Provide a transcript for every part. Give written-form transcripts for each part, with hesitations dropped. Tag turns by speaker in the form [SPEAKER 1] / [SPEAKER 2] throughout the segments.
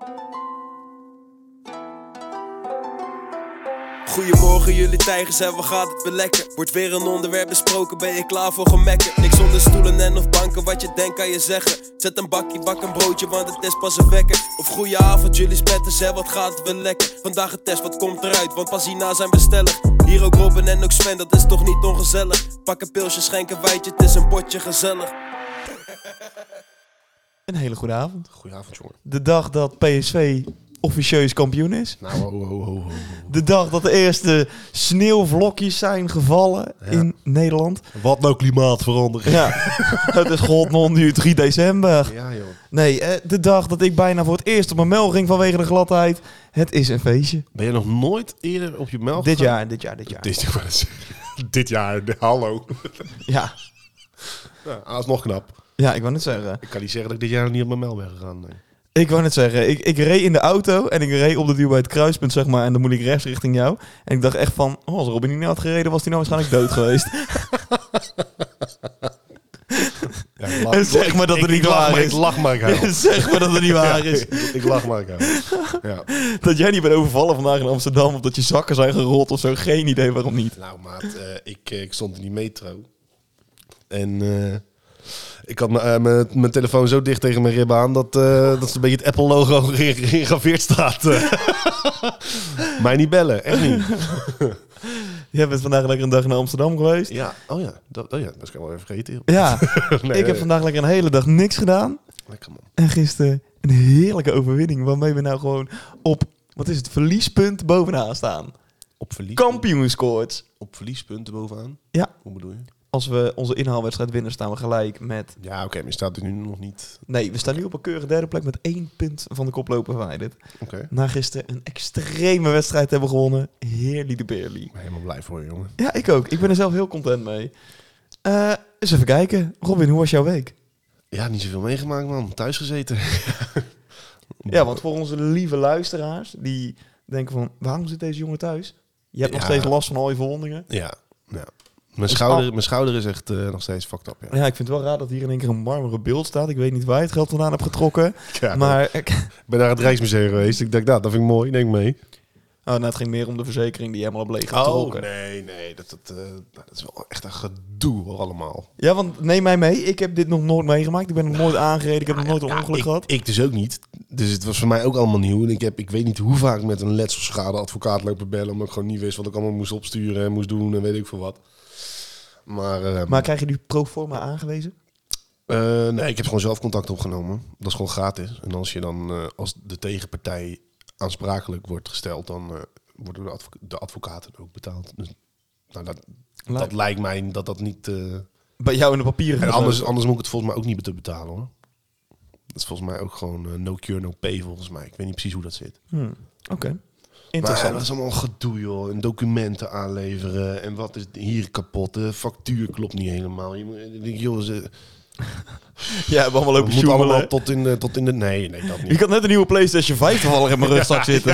[SPEAKER 1] Goedemorgen jullie tijgers en wat gaat het weer lekker? Wordt weer een onderwerp besproken, ben je klaar voor gemekken? Niks zonder stoelen en of banken, wat je denkt kan je zeggen. Zet een bakje, bak een broodje, want het is pas een wekker. Of goeie avond jullie spetters en wat gaat het weer lekker? Vandaag een test, wat komt eruit, want pas hierna zijn we stellig. Hier ook Robin en ook Sven, dat is toch niet ongezellig? Pak een pilsje, schenk een wijtje, het is een potje gezellig.
[SPEAKER 2] Een hele goede avond.
[SPEAKER 3] Goedenavond, jongen.
[SPEAKER 2] De dag dat PSV officieus kampioen is.
[SPEAKER 3] Nou, ho.
[SPEAKER 2] De dag dat de eerste sneeuwvlokjes zijn gevallen in Nederland.
[SPEAKER 3] Wat nou klimaatverandering?
[SPEAKER 2] Ja, het is god nu 3 december.
[SPEAKER 3] Ja, joh.
[SPEAKER 2] Nee, de dag dat ik bijna voor het eerst op mijn mel ging vanwege de gladheid. Het is een feestje.
[SPEAKER 3] Ben je nog nooit eerder op je melk
[SPEAKER 2] Dit
[SPEAKER 3] gegaan?
[SPEAKER 2] jaar.
[SPEAKER 3] Dit jaar, hallo.
[SPEAKER 2] Ja.
[SPEAKER 3] Ja, alsnog knap.
[SPEAKER 2] Ja, ik wou net zeggen.
[SPEAKER 3] Ik kan niet zeggen dat ik dit jaar niet op mijn melk ben gegaan. Nee.
[SPEAKER 2] Ik wou net zeggen, ik reed in de auto en ik reed op de duur bij het kruispunt, zeg maar. En dan moet ik rechts richting jou. En ik dacht echt van, als Robin niet had gereden, was hij nou waarschijnlijk dood geweest.
[SPEAKER 3] Ja,
[SPEAKER 2] En zeg maar dat het niet waar is.
[SPEAKER 3] Ik lach maar, ik huil.
[SPEAKER 2] Zeg maar dat het niet waar is.
[SPEAKER 3] Ik lach maar, ik huil. Ja.
[SPEAKER 2] Dat jij niet bent overvallen vandaag in Amsterdam, of dat je zakken zijn gerold of zo. Geen idee waarom niet.
[SPEAKER 3] Nou, maat, ik stond in die metro. En ik had mijn telefoon zo dicht tegen mijn ribben aan dat ze een beetje het Apple-logo geïngraveerd staat. Mij niet bellen, echt niet.
[SPEAKER 2] Jij bent vandaag lekker een dag naar Amsterdam geweest.
[SPEAKER 3] Ja, dat is ik wel even vergeten.
[SPEAKER 2] Ja,
[SPEAKER 3] Nee,
[SPEAKER 2] ik heb vandaag lekker een hele dag niks gedaan.
[SPEAKER 3] Lekker, man.
[SPEAKER 2] En gisteren een heerlijke overwinning, waarmee we nou gewoon op, wat is het, verliespunt bovenaan staan.
[SPEAKER 3] Op
[SPEAKER 2] Kampioenscoorts.
[SPEAKER 3] Op verliespunten bovenaan?
[SPEAKER 2] Ja.
[SPEAKER 3] Hoe bedoel je?
[SPEAKER 2] Als we onze inhaalwedstrijd winnen, staan we gelijk met...
[SPEAKER 3] Ja, oké, maar je staat er nu nog niet.
[SPEAKER 2] Nee, we staan nu op een keurige derde plek met 1 punt van de koploper verwijderd.
[SPEAKER 3] Oké.
[SPEAKER 2] Na gisteren een extreme wedstrijd hebben gewonnen. Heerly de Beerly.
[SPEAKER 3] Ik ben helemaal blij voor je, jongen.
[SPEAKER 2] Ja, ik ook. Ik ben er zelf heel content mee. Eens even kijken. Robin, hoe was jouw week?
[SPEAKER 3] Ja, niet zoveel meegemaakt, man. Thuis gezeten.
[SPEAKER 2] Ja, want voor onze lieve luisteraars, die denken van, waarom zit deze jongen thuis? Je hebt nog steeds last van al je verwondingen.
[SPEAKER 3] Ja. Mijn schouder is echt nog steeds fucked up, ja.
[SPEAKER 2] Ja, ik vind het wel raar dat hier in één keer een marmeren beeld staat. Ik weet niet waar je het geld vandaan hebt getrokken.
[SPEAKER 3] Ja,
[SPEAKER 2] maar...
[SPEAKER 3] Ik ben naar het Rijksmuseum geweest. Ik dacht, dat vind ik mooi. Neem mee.
[SPEAKER 2] Oh, nou, het ging meer om de verzekering die helemaal op leeg getrokken.
[SPEAKER 3] Oh, nee. Dat is wel echt een gedoe, hoor, allemaal.
[SPEAKER 2] Ja, want neem mij mee. Ik heb dit nog nooit meegemaakt. Ik ben nog nooit aangereden. Ik heb nog nooit een ongeluk gehad.
[SPEAKER 3] Ik dus ook niet. Dus het was voor mij ook allemaal nieuw. En ik weet niet hoe vaak met een letselschade advocaat lopen bellen. Omdat ik gewoon niet wist wat ik allemaal moest opsturen en moest doen en weet ik veel wat. Maar
[SPEAKER 2] krijg je nu pro forma aangewezen?
[SPEAKER 3] Nee, ik heb gewoon zelf contact opgenomen. Dat is gewoon gratis. En als je dan, als de tegenpartij aansprakelijk wordt gesteld, dan worden de advocaten ook betaald. Dus, nou, dat lijkt mij dat niet...
[SPEAKER 2] Bij jou in de papieren.
[SPEAKER 3] En anders moet ik het volgens mij ook niet te betalen, hoor. Dat is volgens mij ook gewoon no cure, no pay, volgens mij. Ik weet niet precies hoe dat zit.
[SPEAKER 2] Oké.
[SPEAKER 3] Maar dat is allemaal gedoe, joh. En documenten aanleveren. En wat is hier kapot? De factuur klopt niet helemaal. Je moet,
[SPEAKER 2] ja, we allemaal lopen
[SPEAKER 3] moet allemaal
[SPEAKER 2] sjoemelen.
[SPEAKER 3] tot in de... Nee, dat niet.
[SPEAKER 2] Ik had net een nieuwe PlayStation 5 toevallig in mijn rugzak zitten.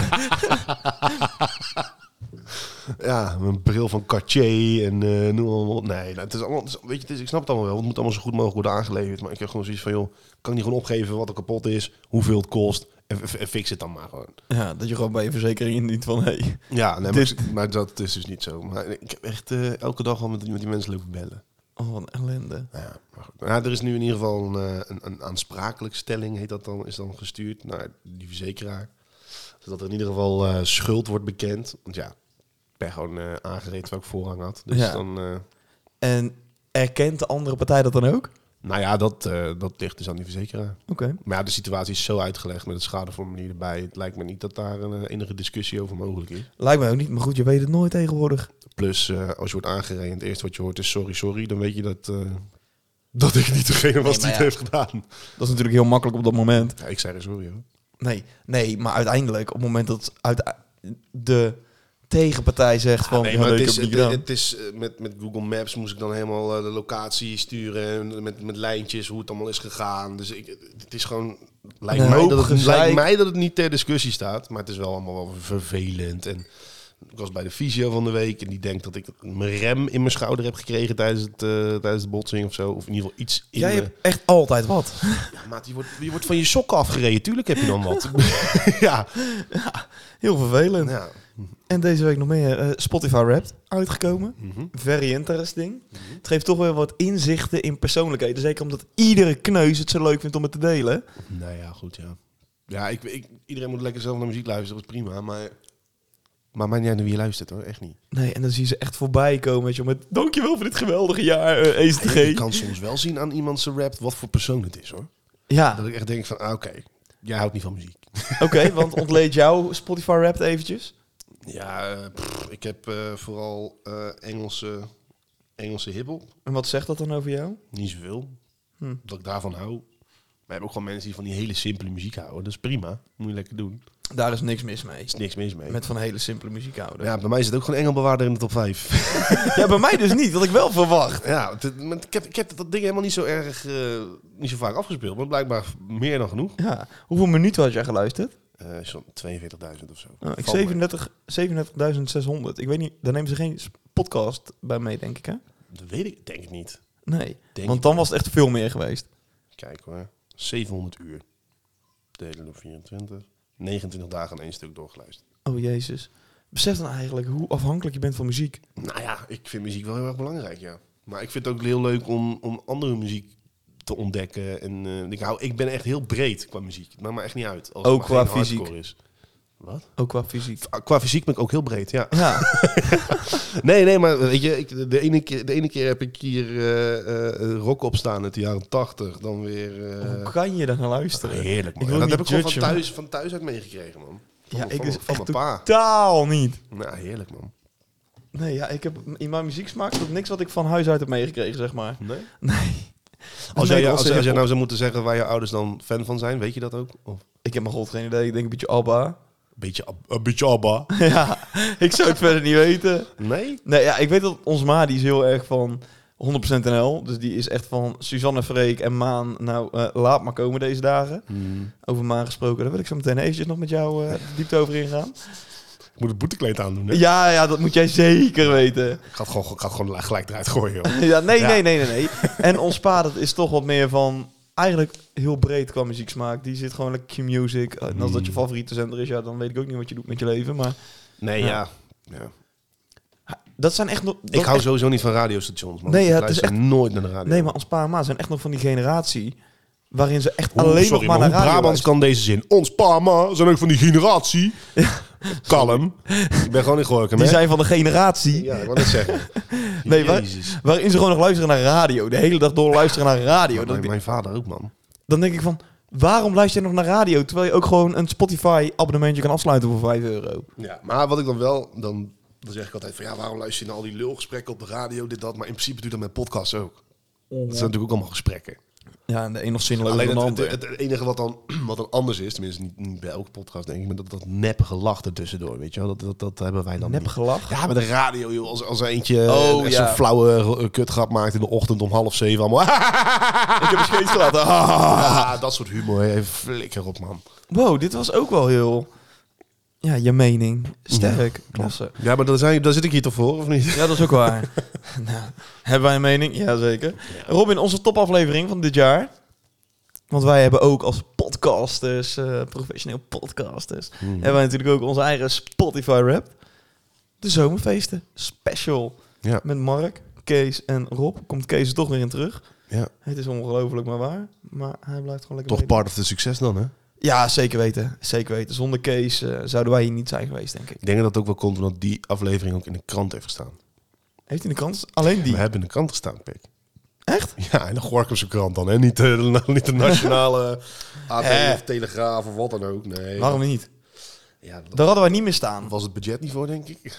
[SPEAKER 3] Ja, mijn bril van Cartier en noem allemaal. Nee, het is allemaal... Weet je, ik snap het allemaal wel. Het moet allemaal zo goed mogelijk worden aangeleverd. Maar ik heb gewoon zoiets van, joh, kan ik niet gewoon opgeven wat er kapot is, hoeveel het kost en fix het dan maar gewoon.
[SPEAKER 2] Ja, dat je gewoon bij je verzekering indient van, hey.
[SPEAKER 3] Ja, nee, maar dat is dus niet zo. Maar ik heb echt elke dag al met die mensen lopen bellen.
[SPEAKER 2] Oh, wat een ellende.
[SPEAKER 3] Ja, maar goed. Ja, er is nu in ieder geval een aansprakelijkstelling, heet dat dan, is dan gestuurd naar die verzekeraar. Zodat er in ieder geval schuld wordt bekend. Want ja, ik ben gewoon aangereden waar ik voorrang had. Dus
[SPEAKER 2] ja.
[SPEAKER 3] dan...
[SPEAKER 2] En erkent de andere partij dat dan ook?
[SPEAKER 3] Nou ja, dat ligt dus aan die verzekeraar.
[SPEAKER 2] Oké.
[SPEAKER 3] Maar ja, de situatie is zo uitgelegd met het schadeformulier erbij. Het lijkt me niet dat daar een enige discussie over mogelijk is.
[SPEAKER 2] Lijkt mij ook niet, maar goed, je weet het nooit tegenwoordig.
[SPEAKER 3] Plus, als je wordt aangereden, het eerste wat je hoort is sorry. Dan weet je dat ik niet degene was die het heeft gedaan.
[SPEAKER 2] Dat is natuurlijk heel makkelijk op dat moment.
[SPEAKER 3] Ja, ik zei sorry, hoor.
[SPEAKER 2] Nee, maar uiteindelijk, op het moment dat de tegenpartij zegt van...
[SPEAKER 3] Nee, maar het is met Google Maps moest ik dan helemaal de locatie sturen. En met lijntjes, hoe het allemaal is gegaan. Dus het is gewoon... Lijkt mij dat het niet ter discussie staat. Maar het is wel allemaal wel vervelend. En Ik was bij de fysio van de week en die denkt dat ik mijn rem in mijn schouder heb gekregen tijdens de botsing of zo. Of in ieder geval iets in
[SPEAKER 2] Jij
[SPEAKER 3] me.
[SPEAKER 2] hebt echt altijd wat.
[SPEAKER 3] Ja, maat, je wordt van je sokken afgereden. Tuurlijk heb je dan wat. Ja.
[SPEAKER 2] Heel vervelend.
[SPEAKER 3] Ja.
[SPEAKER 2] En deze week nog meer Spotify Wrapped uitgekomen. Very interesting. Het geeft toch weer wat inzichten in persoonlijkheden. Zeker omdat iedere kneus het zo leuk vindt om het te delen.
[SPEAKER 3] Nou ja, goed, ja. Ja, iedereen moet lekker zelf naar muziek luisteren, dat is prima. Maar mij niet uit naar wie je luistert, hoor. Echt niet.
[SPEAKER 2] Nee, en dan zie je ze echt voorbij komen. Weet je, met dankjewel voor dit geweldige jaar, ECTG.
[SPEAKER 3] Je kan soms wel zien aan iemand zijn rap wat voor persoon het is, hoor.
[SPEAKER 2] Ja,
[SPEAKER 3] Dat ik echt denk van, oké, jij houdt niet van muziek.
[SPEAKER 2] oké, want ontleed jouw Spotify Wrapped eventjes.
[SPEAKER 3] Ja, ik heb vooral Engelse hiphop.
[SPEAKER 2] En wat zegt dat dan over jou?
[SPEAKER 3] Niet zoveel. Dat ik daarvan hou. We hebben ook gewoon mensen die van die hele simpele muziek houden. Dat is prima. Moet je lekker doen.
[SPEAKER 2] Daar is niks mis mee.
[SPEAKER 3] Er is niks mis mee.
[SPEAKER 2] Met van hele simpele muziek houden.
[SPEAKER 3] Ja, bij mij zit ook gewoon Engelbewaarder in de top 5.
[SPEAKER 2] Ja, bij mij dus niet, wat ik wel verwacht.
[SPEAKER 3] Ja, ik heb dat ding helemaal niet zo erg, niet zo vaak afgespeeld. Maar blijkbaar meer dan genoeg.
[SPEAKER 2] Ja, hoeveel minuten had jij geluisterd?
[SPEAKER 3] Zo'n 42.000 of zo.
[SPEAKER 2] Ik
[SPEAKER 3] Valt mee.
[SPEAKER 2] 37.600. Ik weet niet, daar nemen ze geen podcast bij mee, denk ik, hè?
[SPEAKER 3] Dat weet ik, denk ik niet.
[SPEAKER 2] Nee,
[SPEAKER 3] Denk
[SPEAKER 2] want
[SPEAKER 3] ik
[SPEAKER 2] dan
[SPEAKER 3] niet.
[SPEAKER 2] was het echt veel meer geweest.
[SPEAKER 3] Kijk hoor. 700 uur. Delen door 24. 29 dagen aan één stuk doorgeluisterd.
[SPEAKER 2] Oh, jezus. Besef dan eigenlijk hoe afhankelijk je bent van muziek.
[SPEAKER 3] Nou ja, ik vind muziek wel heel erg belangrijk, ja. Maar ik vind het ook heel leuk om andere muziek te ontdekken. En ik ben echt heel breed qua muziek. Het maakt me echt niet uit. Als
[SPEAKER 2] Ook
[SPEAKER 3] het maar
[SPEAKER 2] qua
[SPEAKER 3] geen
[SPEAKER 2] fysiek.
[SPEAKER 3] hardcore is. Wat?
[SPEAKER 2] Ook qua fysiek.
[SPEAKER 3] Qua fysiek ben ik ook heel breed, ja.
[SPEAKER 2] Ja,
[SPEAKER 3] Nee, maar weet je, de ene keer heb ik hier rock op staan uit de jaren 80. Dan weer...
[SPEAKER 2] hoe kan je daar naar luisteren?
[SPEAKER 3] Heerlijk, man.
[SPEAKER 2] Ik wil
[SPEAKER 3] Dat
[SPEAKER 2] niet
[SPEAKER 3] heb ik gewoon
[SPEAKER 2] judgen,
[SPEAKER 3] van thuis uit meegekregen, man.
[SPEAKER 2] Ja, ik
[SPEAKER 3] van,
[SPEAKER 2] dus
[SPEAKER 3] van
[SPEAKER 2] echt
[SPEAKER 3] mijn pa.
[SPEAKER 2] totaal niet.
[SPEAKER 3] Nou, heerlijk, man.
[SPEAKER 2] Nee, ja, ik heb in mijn muzieksmaak is niks wat ik van huis uit heb meegekregen, zeg maar.
[SPEAKER 3] Nee?
[SPEAKER 2] Nee.
[SPEAKER 3] Als
[SPEAKER 2] Nee,
[SPEAKER 3] jij
[SPEAKER 2] als
[SPEAKER 3] nou
[SPEAKER 2] je-
[SPEAKER 3] zou moeten zeggen waar je ouders dan fan van zijn, weet je dat ook? Of
[SPEAKER 2] Ik heb mijn god geen idee. Ik denk een beetje ABBA.
[SPEAKER 3] een beetje ABBA?
[SPEAKER 2] Ja, ik zou het verder niet weten.
[SPEAKER 3] Nee?
[SPEAKER 2] Nee, ja, ik weet dat ons ma, die is heel erg van 100% NL. Dus die is echt van Suzanne Freek en Maan. Nou, laat maar komen deze dagen. Over Maan gesproken. Daar wil ik zo meteen eventjes nog met jou de diepte over ingaan.
[SPEAKER 3] Ik moet het boetekleed aandoen, hè?
[SPEAKER 2] Ja, dat moet jij zeker weten.
[SPEAKER 3] Ik ga het gewoon gelijk eruit gooien, joh.
[SPEAKER 2] Ja, nee,
[SPEAKER 3] Ja.
[SPEAKER 2] nee. En ons pa, dat is toch wat meer van... Eigenlijk heel breed qua muzieksmaak. Die zit gewoon lekker Q-music. En als dat je favoriete zender is, ja, dan weet ik ook niet wat je doet met je leven. Maar
[SPEAKER 3] Nee,
[SPEAKER 2] Ja.
[SPEAKER 3] ja.
[SPEAKER 2] dat zijn echt nog...
[SPEAKER 3] Ik hou sowieso niet van radiostations, man.
[SPEAKER 2] Nee, ja,
[SPEAKER 3] Ik
[SPEAKER 2] het is
[SPEAKER 3] luister nooit naar de radio.
[SPEAKER 2] Nee, maar ons pa en ma zijn echt nog van die generatie... waarin ze echt
[SPEAKER 3] Hoe-
[SPEAKER 2] alleen
[SPEAKER 3] sorry,
[SPEAKER 2] nog maar
[SPEAKER 3] maar
[SPEAKER 2] naar
[SPEAKER 3] hoe
[SPEAKER 2] radio
[SPEAKER 3] Brabants
[SPEAKER 2] luisteren.
[SPEAKER 3] kan deze zin? Ons pa, ma, zijn ook van die generatie. Kalm. Ik ben gewoon in Gorkum,
[SPEAKER 2] Die
[SPEAKER 3] hè?
[SPEAKER 2] zijn van de generatie
[SPEAKER 3] Ja, ik wou net zeggen.
[SPEAKER 2] Nee,
[SPEAKER 3] Jezus.
[SPEAKER 2] waarin ze gewoon nog luisteren naar radio. De hele dag door luisteren naar radio.
[SPEAKER 3] Mijn vader ook, man.
[SPEAKER 2] Dan denk ik van... Waarom luister je nog naar radio? Terwijl je ook gewoon een Spotify-abonnementje kan afsluiten voor €5.
[SPEAKER 3] Ja, maar wat ik dan wel... Dan zeg ik altijd van... Ja, waarom luister je naar al die lulgesprekken op de radio, dit, dat. Maar in principe doe je dat met podcasts ook. Dat zijn natuurlijk ook allemaal gesprekken.
[SPEAKER 2] Ja, en de een nog zinloos dan
[SPEAKER 3] Alleen
[SPEAKER 2] de
[SPEAKER 3] het
[SPEAKER 2] ander.
[SPEAKER 3] het enige wat dan anders is... Tenminste, niet bij elke podcast, denk ik... Maar dat neppige lach ertussendoor, weet je wel? Dat hebben wij dan
[SPEAKER 2] Nep
[SPEAKER 3] niet.
[SPEAKER 2] gelach.
[SPEAKER 3] Ja, met de radio, joh. Als er eentje
[SPEAKER 2] Oh,
[SPEAKER 3] echt
[SPEAKER 2] ja.
[SPEAKER 3] zo'n flauwe kutgrap maakt in de ochtend om 6:30. Allemaal...
[SPEAKER 2] Ik heb een scheet gelaten.
[SPEAKER 3] Ja, dat soort humor. Even flikker op, man.
[SPEAKER 2] Wow, dit was ook wel heel... Ja, je mening. Sterk. Klasse.
[SPEAKER 3] Ja, maar daar zit ik hier toch voor, of niet?
[SPEAKER 2] Ja, dat is ook waar. Nou, hebben wij een mening? Jazeker. Robin, onze topaflevering van dit jaar. Want wij hebben ook als podcasters, professioneel podcasters... hebben wij natuurlijk ook onze eigen Spotify rap. De zomerfeesten. Special.
[SPEAKER 3] Ja.
[SPEAKER 2] Met Mark, Kees en Rob. Komt Kees er toch weer in terug.
[SPEAKER 3] Ja.
[SPEAKER 2] Het is ongelooflijk maar waar. Maar hij blijft gewoon lekker
[SPEAKER 3] Toch
[SPEAKER 2] meedoen.
[SPEAKER 3] part of the succes dan, hè?
[SPEAKER 2] Ja, zeker weten. Zeker weten. Zonder Kees zouden wij hier niet zijn geweest, denk ik.
[SPEAKER 3] Ik denk dat het ook wel komt omdat die aflevering ook in de krant heeft gestaan.
[SPEAKER 2] Heeft hij de kans? Alleen die?
[SPEAKER 3] We hebben in de krant gestaan, Pik.
[SPEAKER 2] Echt?
[SPEAKER 3] Ja, in de Gorkumse krant dan, hè? Niet de nationale AD of Telegraaf of wat dan ook. Nee.
[SPEAKER 2] Waarom niet?
[SPEAKER 3] Ja, dat
[SPEAKER 2] Daar hadden wij niet meer staan.
[SPEAKER 3] was het budget niet voor, denk ik.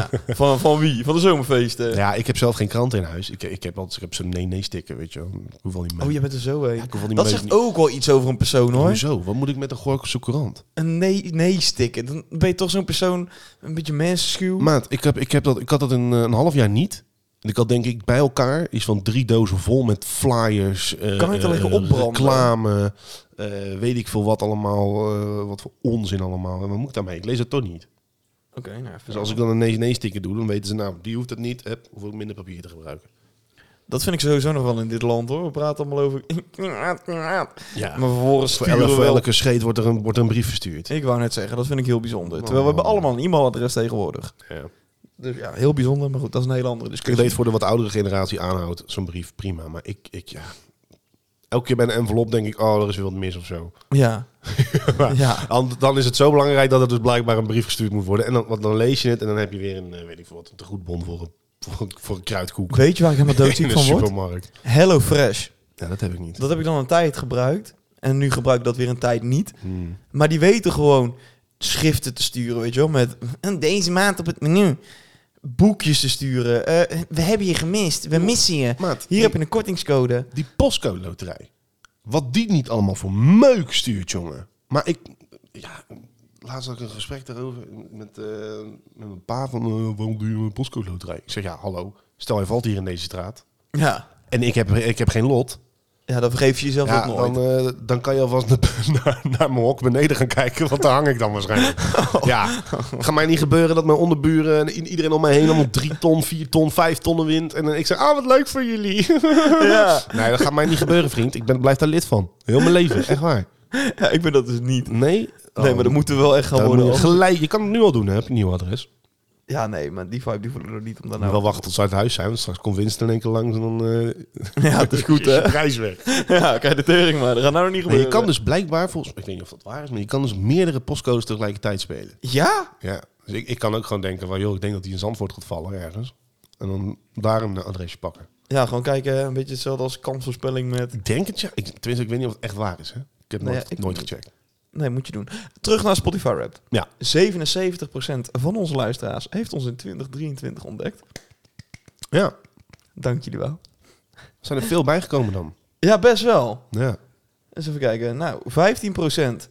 [SPEAKER 2] Van wie? Van de zomerfeesten?
[SPEAKER 3] Ja, ik heb zelf geen krant in huis. Ik heb zo'n nee-sticker, weet je wel. Ik hoef al niet mee.
[SPEAKER 2] Oh, je bent er zo heen.
[SPEAKER 3] Ja, ik hoef al niet
[SPEAKER 2] Dat
[SPEAKER 3] mee.
[SPEAKER 2] zegt ook wel iets over een persoon, hoor.
[SPEAKER 3] Hoezo? Wat moet ik met een Gorkumse krant?
[SPEAKER 2] Een nee-sticker. Dan ben je toch zo'n persoon, een beetje mensenschuw.
[SPEAKER 3] Maat, ik had dat een half jaar niet. En ik had denk ik bij elkaar iets van 3 dozen vol met flyers,
[SPEAKER 2] Kan je het al liggen opbranden?
[SPEAKER 3] reclame, weet ik veel wat allemaal, wat voor onzin allemaal. En wat moet ik daarmee? Ik lees het toch niet.
[SPEAKER 2] Oké, nou,
[SPEAKER 3] Dus als ik dan een nee-sticker doe, dan weten ze, nou, die hoeft het niet. Hoef ik minder papier te gebruiken.
[SPEAKER 2] dat vind ik sowieso nog wel in dit land, hoor. We praten allemaal over...
[SPEAKER 3] Ja,
[SPEAKER 2] Maar vervolgens
[SPEAKER 3] voor
[SPEAKER 2] sturen we wel...
[SPEAKER 3] elke scheet wordt er een brief verstuurd.
[SPEAKER 2] Ik wou net zeggen, dat vind ik heel bijzonder. Terwijl we hebben allemaal een e-mailadres tegenwoordig.
[SPEAKER 3] Ja.
[SPEAKER 2] Dus ja, heel bijzonder. Maar goed, dat is een hele andere
[SPEAKER 3] Ik
[SPEAKER 2] discussie.
[SPEAKER 3] weet voor de wat oudere generatie aanhoudt, zo'n brief prima. Maar ik elke keer bij een envelop denk ik, oh, er is weer wat mis of zo.
[SPEAKER 2] Ja. Ja.
[SPEAKER 3] Dan is het zo belangrijk dat er dus blijkbaar een brief gestuurd moet worden. En dan lees je het en dan heb je weer een, weet ik veel wat, een tegoedbon voor een kruidkoek.
[SPEAKER 2] Weet je waar ik helemaal
[SPEAKER 3] In
[SPEAKER 2] doodziek
[SPEAKER 3] de
[SPEAKER 2] van word?
[SPEAKER 3] supermarkt.
[SPEAKER 2] Hello Fresh.
[SPEAKER 3] Ja, dat heb ik niet.
[SPEAKER 2] Dat heb ik dan een tijd gebruikt. En nu gebruik ik dat weer een tijd niet. Maar die weten gewoon schriften te sturen, weet je wel. Met deze maand op het menu. Boekjes te sturen. We hebben je gemist. We missen je.
[SPEAKER 3] Maat,
[SPEAKER 2] Hier heb je een kortingscode.
[SPEAKER 3] die postcode loterij. Wat die niet allemaal voor meuk stuurt, jongen. Maar laatst had ik een gesprek daarover met mijn pa van, waarom doe je een postcode loterij? Ik zeg, ja, hallo, stel je valt hier in deze straat.
[SPEAKER 2] Ja.
[SPEAKER 3] En ik heb geen lot.
[SPEAKER 2] Ja, dan vergeef je jezelf ook
[SPEAKER 3] Ja,
[SPEAKER 2] nooit.
[SPEAKER 3] dan kan je alvast naar mijn hok beneden gaan kijken, want daar hang ik dan waarschijnlijk. Ja, het gaat mij niet gebeuren dat mijn onderburen en iedereen om mij heen allemaal 3 ton, 4 ton, 5 tonnen wint. En dan ik zeg, wat leuk voor jullie.
[SPEAKER 2] Ja.
[SPEAKER 3] Nee, dat gaat mij niet gebeuren, vriend. Ik blijf daar lid van. Heel mijn leven, echt waar.
[SPEAKER 2] Ja, ik ben dat dus niet.
[SPEAKER 3] Nee?
[SPEAKER 2] Nee, maar dat moeten we wel echt gaan
[SPEAKER 3] Dan
[SPEAKER 2] worden.
[SPEAKER 3] moet je,
[SPEAKER 2] anders-
[SPEAKER 3] je kan het nu al doen, hè? Heb je een nieuw adres.
[SPEAKER 2] Ja, nee, maar die vibe die voelen we niet om
[SPEAKER 3] Nou,
[SPEAKER 2] daarna...
[SPEAKER 3] wel wachten tot ze uit huis zijn, want straks komt Winston in één keer langs en dan
[SPEAKER 2] Ja, het is goed,
[SPEAKER 3] is je
[SPEAKER 2] hè?
[SPEAKER 3] prijs weg.
[SPEAKER 2] Ja, kijk de tering maar. Dat gaat nou nog niet
[SPEAKER 3] Nee,
[SPEAKER 2] gebeuren.
[SPEAKER 3] je kan dus blijkbaar, volgens ik weet niet of dat waar is, maar je kan dus meerdere postcodes tegelijkertijd spelen.
[SPEAKER 2] Ja?
[SPEAKER 3] Ja, dus ik kan ook gewoon denken van, joh, ik denk dat hij in Zandvoort gaat vallen ergens. En dan daar een adresje pakken.
[SPEAKER 2] Ja, gewoon kijken. Een beetje hetzelfde als kansvoorspelling met...
[SPEAKER 3] Ik denk het, ja. Tenminste, ik weet niet of het echt waar is, hè. Ik heb
[SPEAKER 2] Nee,
[SPEAKER 3] nooit,
[SPEAKER 2] ja, ik
[SPEAKER 3] nooit
[SPEAKER 2] niet.
[SPEAKER 3] gecheckt.
[SPEAKER 2] Nee, moet je doen. Terug naar Spotify Rap.
[SPEAKER 3] Ja.
[SPEAKER 2] 77% van onze luisteraars heeft ons in 2023 ontdekt.
[SPEAKER 3] Ja,
[SPEAKER 2] Dank jullie wel.
[SPEAKER 3] zijn er veel bijgekomen dan.
[SPEAKER 2] Ja, best wel.
[SPEAKER 3] Ja.
[SPEAKER 2] Eens even kijken. Nou, 18%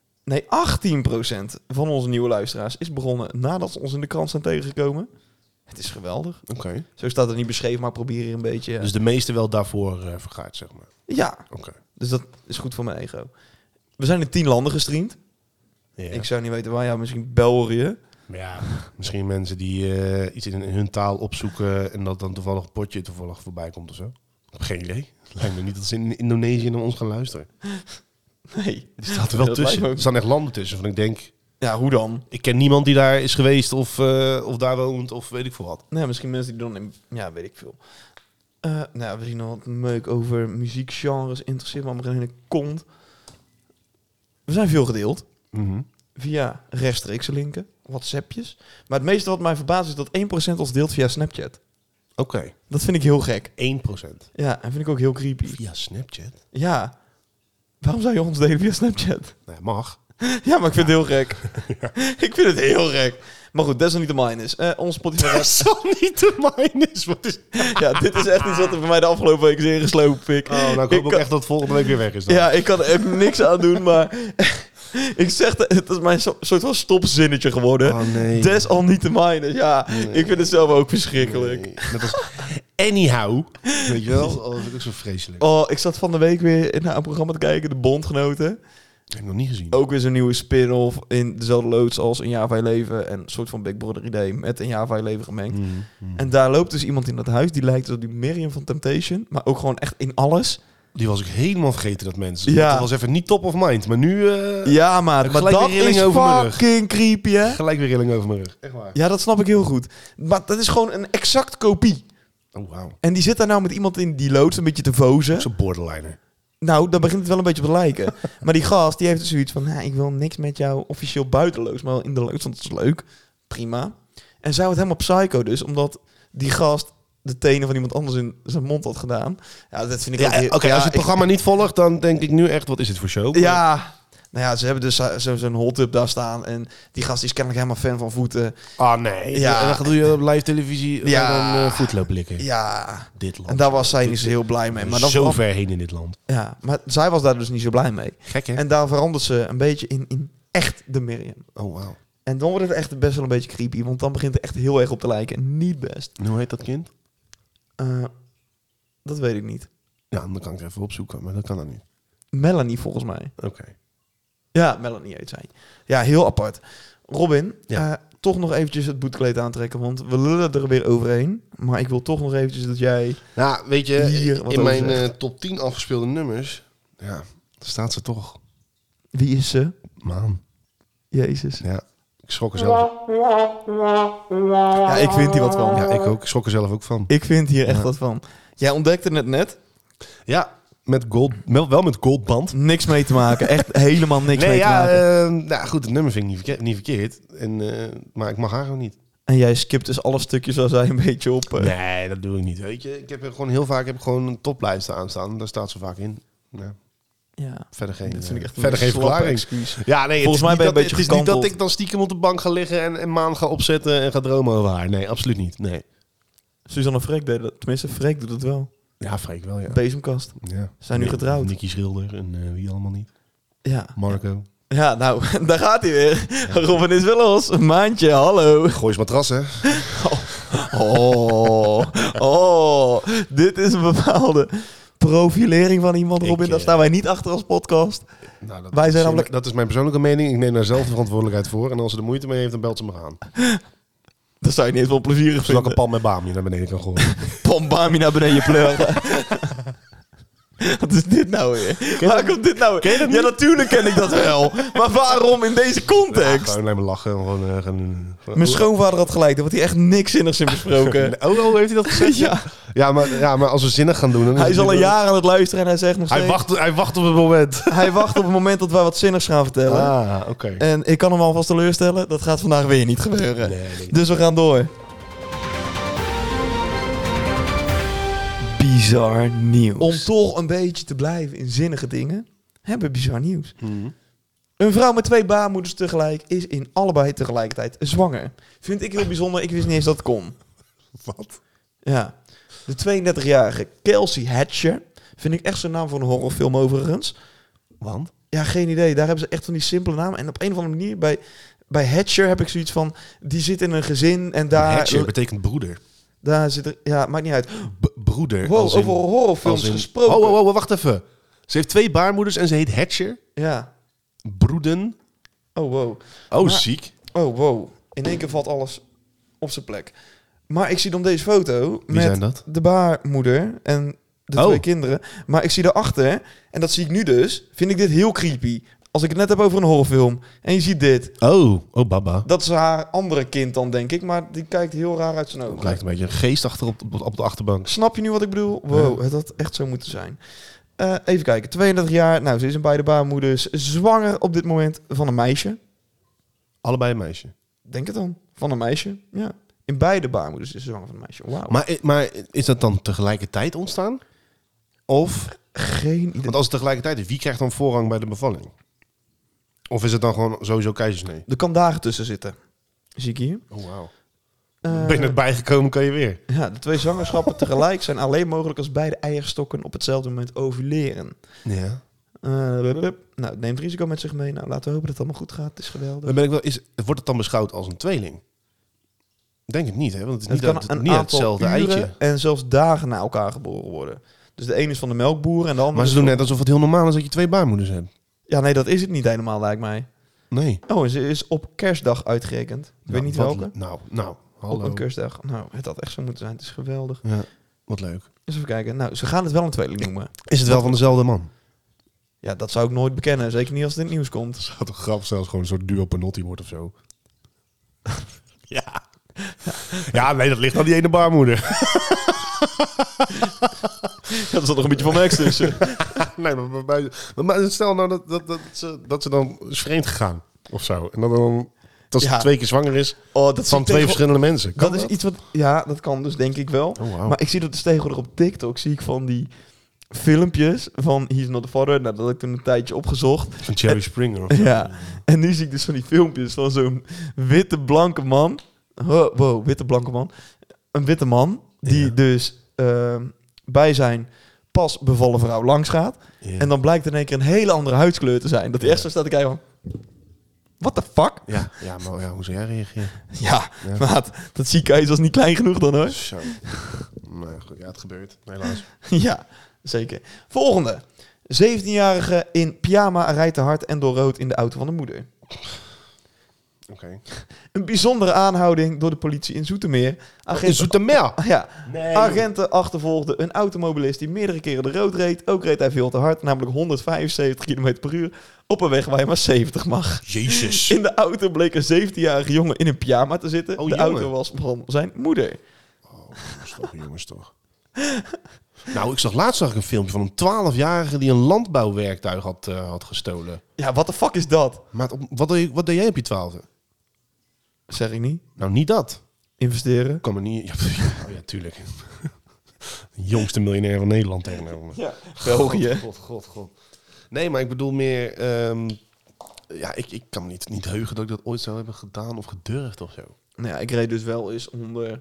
[SPEAKER 2] van onze nieuwe luisteraars is begonnen nadat ze ons in de krant zijn tegengekomen. Het is geweldig.
[SPEAKER 3] Oké.
[SPEAKER 2] Zo staat het niet beschreven, maar probeer hier een beetje...
[SPEAKER 3] Dus de meeste wel daarvoor vergaard, zeg maar.
[SPEAKER 2] Ja,
[SPEAKER 3] Oké.
[SPEAKER 2] dus dat is goed voor mijn ego. We zijn in 10 landen gestreamd.
[SPEAKER 3] Ja.
[SPEAKER 2] Ik zou niet weten waar. Ja, misschien België.
[SPEAKER 3] Maar ja, misschien mensen die iets in hun taal opzoeken en dat dan toevallig een potje toevallig voorbij komt of zo. Ik heb geen idee. Het lijkt me niet dat ze in Indonesië naar ons gaan luisteren.
[SPEAKER 2] Nee.
[SPEAKER 3] Die staat er wel
[SPEAKER 2] Dat lijkt
[SPEAKER 3] tussen.
[SPEAKER 2] me ook.
[SPEAKER 3] Er staan echt landen tussen. Van ik denk,
[SPEAKER 2] Ja, hoe dan?
[SPEAKER 3] ik ken niemand die daar is geweest of daar woont of weet ik veel wat.
[SPEAKER 2] Nee, misschien mensen die dan in... Ja, weet ik veel. Nou, we zien nog wat meuk over muziekgenres. Interesseert me allemaal geen ene kont. We zijn veel gedeeld. Via rechtstreekse linken. WhatsAppjes. Maar het meeste wat mij verbaast is dat 1% ons deelt via Snapchat.
[SPEAKER 3] Oké.
[SPEAKER 2] Dat vind ik heel gek.
[SPEAKER 3] 1%.
[SPEAKER 2] Ja, en vind ik ook heel creepy.
[SPEAKER 3] Via Snapchat?
[SPEAKER 2] Ja. Waarom zou je ons delen via Snapchat?
[SPEAKER 3] Nee, mag.
[SPEAKER 2] Ja, maar ik vind het heel gek. Ik vind het heel gek. Maar goed, desalniettemin is. Ons Spotify...
[SPEAKER 3] Dat zal niet de minus. Wat is...
[SPEAKER 2] Ja, dit is echt iets wat er voor mij de afgelopen week is ingeslopen, pik.
[SPEAKER 3] Oh, nou ik hoop ook echt dat het volgende week weer weg is dan.
[SPEAKER 2] Ja, ik kan er echt niks aan doen, maar... Ik zeg, het is mijn soort van stopzinnetje geworden.
[SPEAKER 3] Oh nee.
[SPEAKER 2] Desalniettemin. Ja, ik vind het zelf ook verschrikkelijk.
[SPEAKER 3] Nee. Net als anyhow. Weet je wel? Oh, dat vind ik ook zo vreselijk.
[SPEAKER 2] Oh, ik zat van de week weer naar een programma te kijken, De Bondgenoten.
[SPEAKER 3] Dat heb ik nog niet gezien.
[SPEAKER 2] Ook weer zo'n nieuwe spin-off in dezelfde loods als Een Jaar van Je Leven. En een soort van Big Brother idee met Een Jaar van Je Leven gemengd. En daar loopt dus iemand in dat huis, die lijkt op die Miriam van Temptation. Maar ook gewoon echt in alles.
[SPEAKER 3] Die was ik helemaal vergeten, dat mensen.
[SPEAKER 2] Ja.
[SPEAKER 3] Dat was even niet top of mind. Maar nu
[SPEAKER 2] Ja, maar
[SPEAKER 3] gelijk
[SPEAKER 2] dat
[SPEAKER 3] weer rilling
[SPEAKER 2] is
[SPEAKER 3] over mijn rug.
[SPEAKER 2] fucking creepy, hè?
[SPEAKER 3] gelijk weer rilling over mijn rug. Echt waar.
[SPEAKER 2] Ja, dat snap ik heel goed. Maar dat is gewoon een exact kopie.
[SPEAKER 3] Oh, wauw.
[SPEAKER 2] En die zit daar nou met iemand in die loods een beetje te vozen.
[SPEAKER 3] Zo'n borderliner.
[SPEAKER 2] Nou, daar begint het wel een beetje op te lijken. Maar die gast, die heeft dus zoiets van... ik wil niks met jou officieel buitenloods, maar wel in de loods, want dat is leuk. Prima. En zij wordt helemaal psycho dus, omdat die gast de tenen van iemand anders in zijn mond had gedaan. Ja, dat vind ik ook
[SPEAKER 3] Ja,
[SPEAKER 2] heel...
[SPEAKER 3] oké, als je het programma niet volgt, dan denk ik nu echt, wat is dit voor show?
[SPEAKER 2] Ja, nou ja, ze hebben dus zo'n hot tub daar staan. En die gast die is kennelijk helemaal fan van voeten.
[SPEAKER 3] Ah, nee.
[SPEAKER 2] Ja.
[SPEAKER 3] En dan doe je op live televisie
[SPEAKER 2] Ja.
[SPEAKER 3] dan voetloop likken.
[SPEAKER 2] Ja,
[SPEAKER 3] Dit land.
[SPEAKER 2] en daar was zij niet zo heel blij mee. Maar dan
[SPEAKER 3] zo ver heen in dit land.
[SPEAKER 2] Ja, maar zij was daar dus niet zo blij mee.
[SPEAKER 3] Gek, hè?
[SPEAKER 2] En daar verandert ze een beetje in echt de Miriam.
[SPEAKER 3] Oh, wauw.
[SPEAKER 2] En dan wordt het echt best wel een beetje creepy, want dan begint het echt heel erg op te lijken. En niet best.
[SPEAKER 3] En hoe heet dat kind?
[SPEAKER 2] Dat weet ik niet.
[SPEAKER 3] Ja, dan kan ik even opzoeken, maar dat kan dan niet.
[SPEAKER 2] Melanie volgens mij.
[SPEAKER 3] Oké.
[SPEAKER 2] Ja, Melanie heet zij. Ja, heel apart. Robin,
[SPEAKER 3] Ja.
[SPEAKER 2] toch nog eventjes het boetekleed aantrekken, want we lullen er weer overheen. Maar ik wil toch nog eventjes dat jij...
[SPEAKER 3] Nou, weet je,
[SPEAKER 2] Hier wat
[SPEAKER 3] in
[SPEAKER 2] over
[SPEAKER 3] mijn
[SPEAKER 2] zegt.
[SPEAKER 3] top 10 afgespeelde nummers, ja, staat ze toch.
[SPEAKER 2] Wie is ze?
[SPEAKER 3] Man,
[SPEAKER 2] Jezus.
[SPEAKER 3] ja. Ik schrok er zelf.
[SPEAKER 2] Ja, ik vind hier wat van.
[SPEAKER 3] Ja, ik ook. Ik schrok er zelf ook van.
[SPEAKER 2] Ik vind hier echt
[SPEAKER 3] Ja.
[SPEAKER 2] wat van. Jij ontdekte het net.
[SPEAKER 3] Ja, met gold, wel met goldband.
[SPEAKER 2] Niks mee te maken. Echt helemaal niks mee
[SPEAKER 3] Nee,
[SPEAKER 2] te
[SPEAKER 3] ja,
[SPEAKER 2] maken.
[SPEAKER 3] nou goed, het nummer vind ik niet verkeerd. Maar ik mag haar gewoon niet.
[SPEAKER 2] En jij skipt dus alle stukjes waar zij een beetje op...
[SPEAKER 3] Nee, dat doe ik niet. Weet je, ik heb er gewoon heel vaak een toplijst aanstaan. Daar staat ze vaak in. Ja,
[SPEAKER 2] ja.
[SPEAKER 3] verder geen,
[SPEAKER 2] Dat vind ik echt
[SPEAKER 3] verder geen
[SPEAKER 2] slappe
[SPEAKER 3] verklaring.
[SPEAKER 2] excuus.
[SPEAKER 3] Ja, nee,
[SPEAKER 2] Volgens mij ben je een beetje
[SPEAKER 3] het is niet dat
[SPEAKER 2] gekanteld.
[SPEAKER 3] ik dan stiekem op de bank ga liggen en maan ga opzetten en ga dromen over haar. Nee, absoluut niet. Nee.
[SPEAKER 2] Suzanne Freek deed dat. Tenminste, Freek doet het wel.
[SPEAKER 3] Ja, Freek wel, ja.
[SPEAKER 2] Bezemkast.
[SPEAKER 3] Ja.
[SPEAKER 2] Zijn nu getrouwd.
[SPEAKER 3] Nicky Schilder en wie allemaal niet.
[SPEAKER 2] Ja.
[SPEAKER 3] Marco.
[SPEAKER 2] Ja, nou, daar gaat hij weer. Robin is weer los. Een maandje, hallo.
[SPEAKER 3] Goois matras, hè?
[SPEAKER 2] Oh, dit is een bepaalde profilering van iemand, Robin. Daar staan wij niet achter als podcast.
[SPEAKER 3] Nou,
[SPEAKER 2] Wij zijn namelijk...
[SPEAKER 3] Dat is mijn persoonlijke mening. Ik neem daar zelf de verantwoordelijkheid voor. En als ze er moeite mee heeft, dan belt ze me aan.
[SPEAKER 2] Dat zou je niet eens wel plezierig
[SPEAKER 3] Zodat ik een
[SPEAKER 2] vinden.
[SPEAKER 3] pan met bami naar beneden kan gooien.
[SPEAKER 2] Pombami naar beneden pleuren. Wat is dit nou weer? Waar komt dit nou weer? Ja, natuurlijk ken ik dat wel. Maar waarom in deze
[SPEAKER 3] Ja,
[SPEAKER 2] context?
[SPEAKER 3] gewoon alleen maar lachen. Gewoon,
[SPEAKER 2] Mijn schoonvader had gelijk. Daar wordt hij echt niks zinnigs in besproken.
[SPEAKER 3] Oh, heeft hij dat gezegd?
[SPEAKER 2] Ja.
[SPEAKER 3] Ja, maar als we zinnig gaan doen... Dan
[SPEAKER 2] Hij is al een jaar aan het luisteren en hij zegt nog steeds...
[SPEAKER 3] Hij wacht op het moment.
[SPEAKER 2] Hij wacht op het moment dat wij wat zinnigs gaan vertellen.
[SPEAKER 3] Ah, oké.
[SPEAKER 2] En ik kan hem alvast teleurstellen. Dat gaat vandaag weer niet gebeuren.
[SPEAKER 3] Nee.
[SPEAKER 2] Dus we gaan door. Bizar nieuws. Om toch een beetje te blijven in zinnige dingen, hebben we bizar nieuws. Een vrouw met 2 baarmoeders tegelijk is in allebei tegelijkertijd zwanger. Vind ik heel bijzonder. Ik wist niet eens dat het kon.
[SPEAKER 3] Wat?
[SPEAKER 2] Ja. De 32-jarige Kelsey Hatcher. Vind ik echt zo'n naam voor een horrorfilm overigens.
[SPEAKER 3] Want?
[SPEAKER 2] Ja, geen idee. Daar hebben ze echt van die simpele namen. En op een of andere manier, bij Hatcher heb ik zoiets van... Die zit in een gezin en daar...
[SPEAKER 3] Hatcher betekent broeder.
[SPEAKER 2] Daar zit er... Ja, maakt niet uit.
[SPEAKER 3] Broeder.
[SPEAKER 2] Wow,
[SPEAKER 3] als in-
[SPEAKER 2] over horrorfilms
[SPEAKER 3] als in-
[SPEAKER 2] gesproken.
[SPEAKER 3] Oh, wacht even. Ze heeft 2 baarmoeders en ze heet Hatcher.
[SPEAKER 2] Ja.
[SPEAKER 3] Broeden.
[SPEAKER 2] Oh, wow.
[SPEAKER 3] Oh,
[SPEAKER 2] Maar-
[SPEAKER 3] ziek.
[SPEAKER 2] Oh, wow. In één keer valt alles op zijn plek. Maar ik zie dan deze foto
[SPEAKER 3] Wie zijn
[SPEAKER 2] met
[SPEAKER 3] dat?
[SPEAKER 2] de baarmoeder en de
[SPEAKER 3] Oh.
[SPEAKER 2] 2 kinderen. Maar ik zie daarachter, en dat zie ik nu dus, vind ik dit heel creepy. Als ik het net heb over een horrorfilm en je ziet dit.
[SPEAKER 3] Oh, baba.
[SPEAKER 2] Dat is haar andere kind dan, denk ik. Maar die kijkt heel raar uit zijn
[SPEAKER 3] Het
[SPEAKER 2] ogen.
[SPEAKER 3] lijkt een beetje een geest achter op de achterbank.
[SPEAKER 2] Snap je nu wat ik bedoel? Wow, het had echt zo moeten zijn. Even kijken. 32 jaar. Nou, ze is in beide baarmoeders zwanger op dit moment van een meisje.
[SPEAKER 3] Allebei een meisje.
[SPEAKER 2] Denk het dan. Van een meisje. Ja. In beide baarmoeders is ze zwanger van een meisje. Wauw.
[SPEAKER 3] Maar is dat dan tegelijkertijd ontstaan? Of,
[SPEAKER 2] Geen idee.
[SPEAKER 3] want als het tegelijkertijd is, wie krijgt dan voorrang bij de bevalling? Of is het dan gewoon sowieso keizersnee?
[SPEAKER 2] Er kan dagen tussen zitten. Zie ik hier.
[SPEAKER 3] Oh, wauw.
[SPEAKER 2] Eh,
[SPEAKER 3] Ben je net bijgekomen, kan je weer.
[SPEAKER 2] Ja, de 2 zwangerschappen tegelijk zijn alleen mogelijk als beide eierstokken op hetzelfde moment ovuleren.
[SPEAKER 3] Ja.
[SPEAKER 2] Nou, het neemt risico met zich mee. Nou, laten we hopen dat het allemaal goed gaat. Het is geweldig.
[SPEAKER 3] Dan ben ik wel, wordt het dan beschouwd als een tweeling? Denk het niet, hè? Want het is
[SPEAKER 2] Het
[SPEAKER 3] niet,
[SPEAKER 2] kan
[SPEAKER 3] uit,
[SPEAKER 2] een
[SPEAKER 3] niet uit
[SPEAKER 2] aantal
[SPEAKER 3] hetzelfde
[SPEAKER 2] uren
[SPEAKER 3] eitje.
[SPEAKER 2] en zelfs dagen na elkaar geboren worden. Dus de een is van de melkboer en de andere
[SPEAKER 3] Maar ze
[SPEAKER 2] is
[SPEAKER 3] doen
[SPEAKER 2] van-
[SPEAKER 3] net alsof het heel normaal is dat je 2 baarmoeders hebt.
[SPEAKER 2] Ja, nee, dat is het niet helemaal, lijkt mij.
[SPEAKER 3] Nee.
[SPEAKER 2] Oh, en ze is op kerstdag uitgerekend. Ik weet niet
[SPEAKER 3] wat
[SPEAKER 2] welke.
[SPEAKER 3] Nou, hallo.
[SPEAKER 2] Op een kerstdag. Nou, het had echt zo moeten zijn. Het is geweldig.
[SPEAKER 3] Ja, wat leuk.
[SPEAKER 2] Dus even kijken. Nou, ze gaan het wel een tweeling noemen.
[SPEAKER 3] Is het wel van dezelfde man?
[SPEAKER 2] Ja, dat zou ik nooit bekennen. Zeker niet als het in het nieuws komt.
[SPEAKER 3] Het zou toch grappig zijn als gewoon een soort duo Panotti wordt of zo. Ja. Ja, nee, dat ligt aan die ene baarmoeder.
[SPEAKER 2] Ja, er zat nog een beetje van Max tussen.
[SPEAKER 3] Nee, maar stel nou dat ze dan is vreemd gegaan of zo. En dan dat ze
[SPEAKER 2] Ja.
[SPEAKER 3] 2 keer zwanger is
[SPEAKER 2] Oh, dat zie
[SPEAKER 3] van
[SPEAKER 2] ik
[SPEAKER 3] 2
[SPEAKER 2] tegen-
[SPEAKER 3] verschillende mensen. Kan
[SPEAKER 2] Dat is iets wat... Ja, dat kan dus denk ik wel.
[SPEAKER 3] Oh, wauw.
[SPEAKER 2] Maar ik zie dat dus tegenwoordig op TikTok. Zie ik van die filmpjes van He's Not the Father. Nou, dat had ik toen een tijdje opgezocht.
[SPEAKER 3] Van Jerry Springer of zo.
[SPEAKER 2] Ja. En nu zie ik dus van die filmpjes van zo'n witte blanke man. Wow, witte blanke man. Een witte man die
[SPEAKER 3] Ja.
[SPEAKER 2] dus bij zijn pas bevallen vrouw langs gaat.
[SPEAKER 3] Ja.
[SPEAKER 2] En dan blijkt in één keer een hele andere huidskleur te zijn. Dat hij echt zo staat te kijken van... What the fuck?
[SPEAKER 3] Ja, maar ja, hoe zou jij reageren?
[SPEAKER 2] Ja,
[SPEAKER 3] Ja.
[SPEAKER 2] maat, dat ziekenhuis was niet klein genoeg dan hoor.
[SPEAKER 3] Zo. Nou, goed, ja, het gebeurt, helaas.
[SPEAKER 2] Ja, zeker. Volgende. 17-jarige in pyjama rijdt te hard en door rood in de auto van de moeder.
[SPEAKER 3] Oké.
[SPEAKER 2] Een bijzondere aanhouding door de politie in Zoetermeer.
[SPEAKER 3] In Zoetermeer?
[SPEAKER 2] Ja.
[SPEAKER 3] Nee.
[SPEAKER 2] Agenten achtervolgden een automobilist die meerdere keren de rood reed. Ook reed hij veel te hard, namelijk 175 km per uur... op een weg waar je maar 70 mag.
[SPEAKER 3] Jezus.
[SPEAKER 2] In de auto bleek een 17-jarige jongen in een pyjama te zitten.
[SPEAKER 3] Oh,
[SPEAKER 2] de
[SPEAKER 3] jongen.
[SPEAKER 2] auto was van zijn moeder.
[SPEAKER 3] Jongens toch. Nou, laatst zag ik een filmpje van een 12-jarige die een landbouwwerktuig had gestolen.
[SPEAKER 2] Ja, wat de fuck is dat?
[SPEAKER 3] Maar wat deed jij op je 12e?
[SPEAKER 2] Zeg ik niet.
[SPEAKER 3] Nou, niet dat.
[SPEAKER 2] Investeren.
[SPEAKER 3] Kan me niet... Ja, tuurlijk. De jongste miljonair van Nederland tegenover me.
[SPEAKER 2] Ja, België.
[SPEAKER 3] God. Nee, maar ik bedoel meer... ik kan me niet heugen dat ik dat ooit zou hebben gedaan of gedurfd of zo.
[SPEAKER 2] Nou ja, ik reed dus wel eens onder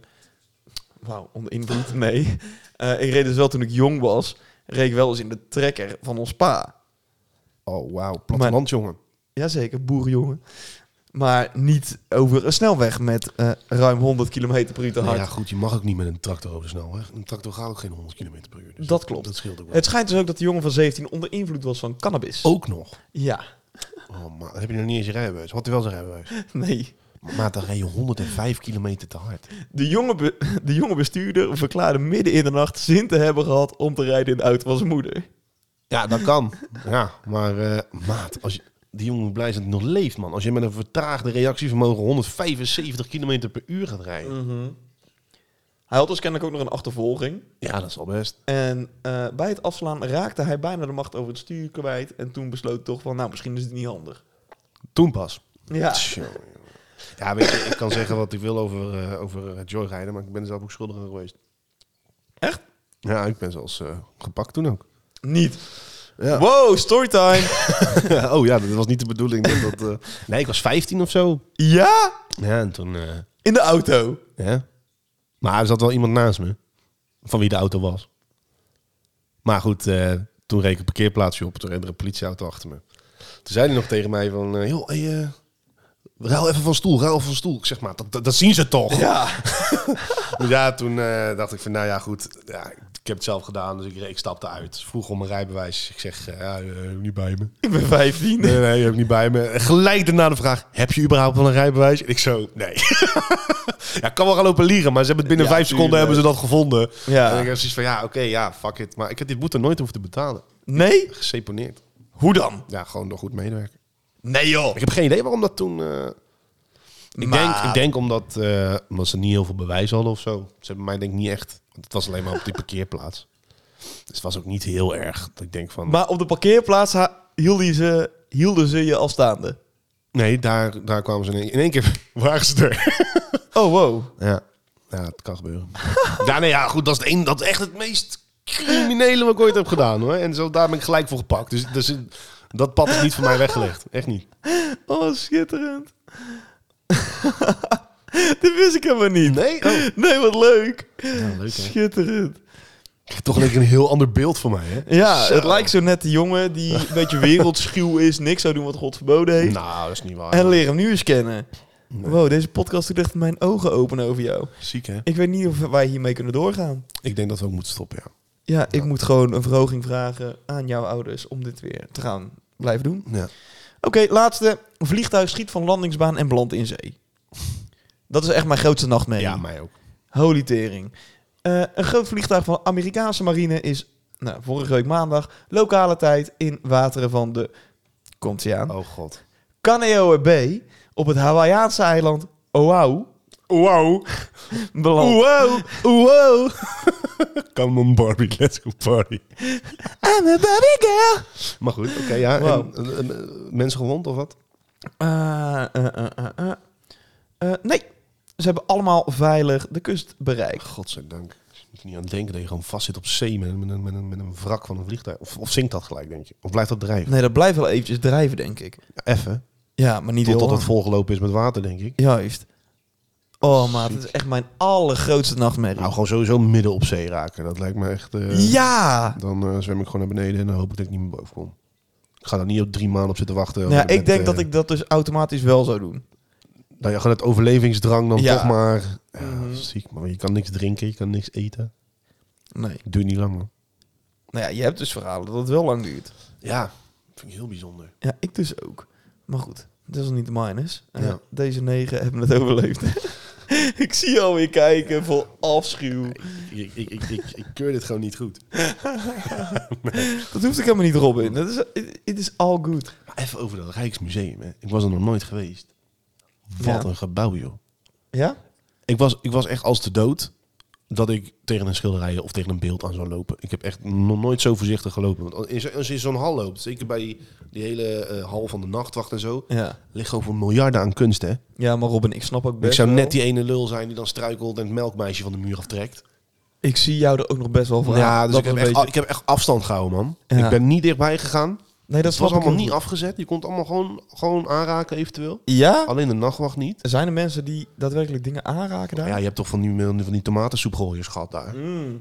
[SPEAKER 2] invloed. Nee. Ik reed dus wel toen ik jong was. Reed ik wel eens in de trekker van ons pa.
[SPEAKER 3] Oh, wauw. Plattelandjongen.
[SPEAKER 2] Jazeker, boerenjongen. Maar niet over een snelweg met ruim 100 km per uur te hard.
[SPEAKER 3] Ja, goed, je mag ook niet met een tractor over de snelweg. Een tractor gaat ook geen 100 km per uur. Dus
[SPEAKER 2] Dat klopt.
[SPEAKER 3] Dat scheelt ook wel.
[SPEAKER 2] Het schijnt dus ook dat de jongen van 17 onder invloed was van cannabis.
[SPEAKER 3] Ook nog?
[SPEAKER 2] Ja.
[SPEAKER 3] Oh, maar heb je nog niet eens je rijbewijs? Had hij wel zijn rijbewijs?
[SPEAKER 2] Nee.
[SPEAKER 3] Maar dan rij je 105 kilometer te hard.
[SPEAKER 2] De jonge bestuurder verklaarde midden in de nacht zin te hebben gehad om te rijden in de auto van zijn moeder.
[SPEAKER 3] Ja, dat kan. Ja, maar maat, die jongen moet blij zijn dat hij nog leeft, man. Als je met een vertraagde reactievermogen 175 kilometer per uur gaat rijden.
[SPEAKER 2] Hij had dus kennelijk ook nog een achtervolging.
[SPEAKER 3] Ja, dat is al best.
[SPEAKER 2] En bij het afslaan raakte hij bijna de macht over het stuur kwijt. En toen besloot hij toch van, nou, misschien is het niet handig.
[SPEAKER 3] Toen pas.
[SPEAKER 2] Ja.
[SPEAKER 3] Ja, weet je, ik kan zeggen wat ik wil over het joyrijden, maar ik ben er zelf ook schuldig aan geweest.
[SPEAKER 2] Echt?
[SPEAKER 3] Ja, ik ben zelfs gepakt toen ook.
[SPEAKER 2] Niet.
[SPEAKER 3] Ja.
[SPEAKER 2] Wow, storytime.
[SPEAKER 3] Oh ja, dat was niet de bedoeling. Nee, ik was 15 of zo.
[SPEAKER 2] Ja?
[SPEAKER 3] Ja, en toen...
[SPEAKER 2] In de auto.
[SPEAKER 3] Ja. Maar er zat wel iemand naast me. Van wie de auto was. Maar goed, toen reed ik een parkeerplaatsje op. Toen reed er een politieauto achter me. Toen zei hij nog tegen mij van... joh, ruil even van stoel. Ik zeg maar, dat zien ze toch?
[SPEAKER 2] Ja.
[SPEAKER 3] Dus ja, toen dacht ik van... Nou ja, goed. Ja, ik heb het zelf gedaan. Dus ik stapte uit. Vroeg om mijn rijbewijs. Ik zeg, heb niet bij me.
[SPEAKER 2] Ik ben 15.
[SPEAKER 3] Nee, je hebt niet bij me. Gelijk daarna de vraag, heb je überhaupt wel een rijbewijs? En ik zo, nee. Ja, ik kan wel gaan lopen liegen, maar ze hebben het binnen 5 seconden hebben ze dat gevonden.
[SPEAKER 2] Ja.
[SPEAKER 3] En ik heb zoiets van, oké, fuck it. Maar ik heb die boete nooit hoeven te betalen.
[SPEAKER 2] Nee?
[SPEAKER 3] Geseponeerd.
[SPEAKER 2] Hoe dan?
[SPEAKER 3] Ja, gewoon door goed medewerken.
[SPEAKER 2] Nee joh.
[SPEAKER 3] Ik heb geen idee waarom dat toen... Ik denk omdat ze niet heel veel bewijs hadden of zo. Ze hebben mij denk ik niet echt... Want het was alleen maar op die parkeerplaats. Dus het was ook niet heel erg. Dat ik denk van...
[SPEAKER 2] Maar op de parkeerplaats hielden ze je al staande?
[SPEAKER 3] Nee, daar kwamen ze in één keer... waren ze er.
[SPEAKER 2] Oh, wow.
[SPEAKER 3] Ja, het kan gebeuren. Goed, dat is echt het meest criminele wat ik ooit heb gedaan, hoor. En daar ben ik gelijk voor gepakt. Dus dat pad is niet voor mij weggelegd. Echt niet.
[SPEAKER 2] Oh, schitterend. Dit wist ik helemaal niet.
[SPEAKER 3] Nee? Oh.
[SPEAKER 2] Nee, wat leuk.
[SPEAKER 3] Ja, leuk, hè?
[SPEAKER 2] Schitterend.
[SPEAKER 3] Toch een heel ander beeld van mij, hè?
[SPEAKER 2] Ja,
[SPEAKER 3] Zo.
[SPEAKER 2] het lijkt zo net die jongen die een beetje wereldschuw is. Niks zou doen wat God verboden heeft.
[SPEAKER 3] Nou, dat is niet waar.
[SPEAKER 2] En leer hem nu eens kennen.
[SPEAKER 3] Nee.
[SPEAKER 2] Wow, deze podcast doet echt mijn ogen open over jou.
[SPEAKER 3] Ziek, hè?
[SPEAKER 2] Ik weet niet of wij hiermee kunnen doorgaan.
[SPEAKER 3] Ik denk dat we ook moeten stoppen, ja.
[SPEAKER 2] Ja, ik moet gewoon een verhoging vragen aan jouw ouders om dit weer te gaan blijven doen.
[SPEAKER 3] Ja.
[SPEAKER 2] Oké, laatste. Een vliegtuig schiet van landingsbaan en belandt in zee. Dat is echt mijn grootste nachtmerrie.
[SPEAKER 3] Ja, mij ook.
[SPEAKER 2] Holy tering. Een groot vliegtuig van de Amerikaanse marine is vorige week maandag lokale tijd in wateren van de... Komt-ie aan.
[SPEAKER 3] Oh, god.
[SPEAKER 2] Kaneohe Bay op het Hawaïaanse eiland Oahu. Oahu. Beland.
[SPEAKER 3] Wow. Come on, Barbie. Let's go party.
[SPEAKER 2] I'm a Barbie girl.
[SPEAKER 3] Maar goed, oké, ja.
[SPEAKER 2] Wow.
[SPEAKER 3] En, mensen gewond of wat?
[SPEAKER 2] Nee. Ze hebben allemaal veilig de kust bereikt.
[SPEAKER 3] Godzijdank. Je moet er niet aan denken dat je gewoon vast zit op zee met een wrak van een vliegtuig. Of zinkt dat gelijk, denk je? Of blijft dat drijven?
[SPEAKER 2] Nee, dat blijft wel eventjes drijven, denk ik.
[SPEAKER 3] Ja, even.
[SPEAKER 2] Ja, maar niet heel
[SPEAKER 3] Totdat
[SPEAKER 2] lang.
[SPEAKER 3] het volgelopen is met water, denk ik.
[SPEAKER 2] Juist. Oh, maat, het is echt mijn allergrootste nachtmerrie.
[SPEAKER 3] Nou, gewoon sowieso midden op zee raken. Dat lijkt me echt...
[SPEAKER 2] ja!
[SPEAKER 3] Dan zwem ik gewoon naar beneden en dan hoop ik dat ik niet meer boven kom. Ik ga daar niet op 3 maanden op zitten wachten.
[SPEAKER 2] Ja, ik denk dat ik dat dus automatisch wel zou doen.
[SPEAKER 3] Dat je gewoon het overlevingsdrang dan
[SPEAKER 2] Ja.
[SPEAKER 3] toch maar... Ja, ziek, man. Je kan niks drinken, je kan niks eten.
[SPEAKER 2] Nee.
[SPEAKER 3] Het duurt niet lang, man.
[SPEAKER 2] Nou ja, je hebt dus verhalen dat het wel lang duurt.
[SPEAKER 3] Ja, vind ik heel bijzonder.
[SPEAKER 2] Ja, ik dus ook. Maar goed. Dat is niet de minus.
[SPEAKER 3] Ja.
[SPEAKER 2] Deze 9 hebben het overleefd. Ik zie je alweer kijken vol afschuw.
[SPEAKER 3] Ik keur dit gewoon niet goed.
[SPEAKER 2] Dat hoeft ik helemaal niet, Robin. Het is all good.
[SPEAKER 3] Maar even over dat Rijksmuseum. Hè. Ik was er nog nooit geweest. Wat
[SPEAKER 2] Ja.
[SPEAKER 3] een gebouw, joh.
[SPEAKER 2] Ja?
[SPEAKER 3] Ik was echt als te dood dat ik tegen een schilderij of tegen een beeld aan zou lopen. Ik heb echt nog nooit zo voorzichtig gelopen. Want als je in zo'n hal loopt, zeker bij die hele hal van de nachtwacht en zo,
[SPEAKER 2] Ja.
[SPEAKER 3] ligt gewoon voor miljarden aan kunst, hè?
[SPEAKER 2] Ja, maar Robin, ik snap ook best
[SPEAKER 3] Ik zou
[SPEAKER 2] wel.
[SPEAKER 3] net die ene lul zijn die dan struikelt en het melkmeisje van de muur aftrekt.
[SPEAKER 2] Ik zie jou er ook nog best wel voor.
[SPEAKER 3] Ja, dus
[SPEAKER 2] dat
[SPEAKER 3] ik heb echt afstand gehouden, man.
[SPEAKER 2] Ja.
[SPEAKER 3] Ik ben niet dichtbij gegaan.
[SPEAKER 2] Nee, dat
[SPEAKER 3] Het was
[SPEAKER 2] snap ik
[SPEAKER 3] allemaal
[SPEAKER 2] heel
[SPEAKER 3] niet
[SPEAKER 2] goed.
[SPEAKER 3] afgezet. Je kon het allemaal gewoon aanraken eventueel.
[SPEAKER 2] Ja?
[SPEAKER 3] Alleen de nachtwacht niet.
[SPEAKER 2] Zijn er mensen die daadwerkelijk dingen aanraken daar?
[SPEAKER 3] Ja, je hebt toch van die tomatensoepgooiers gehad daar.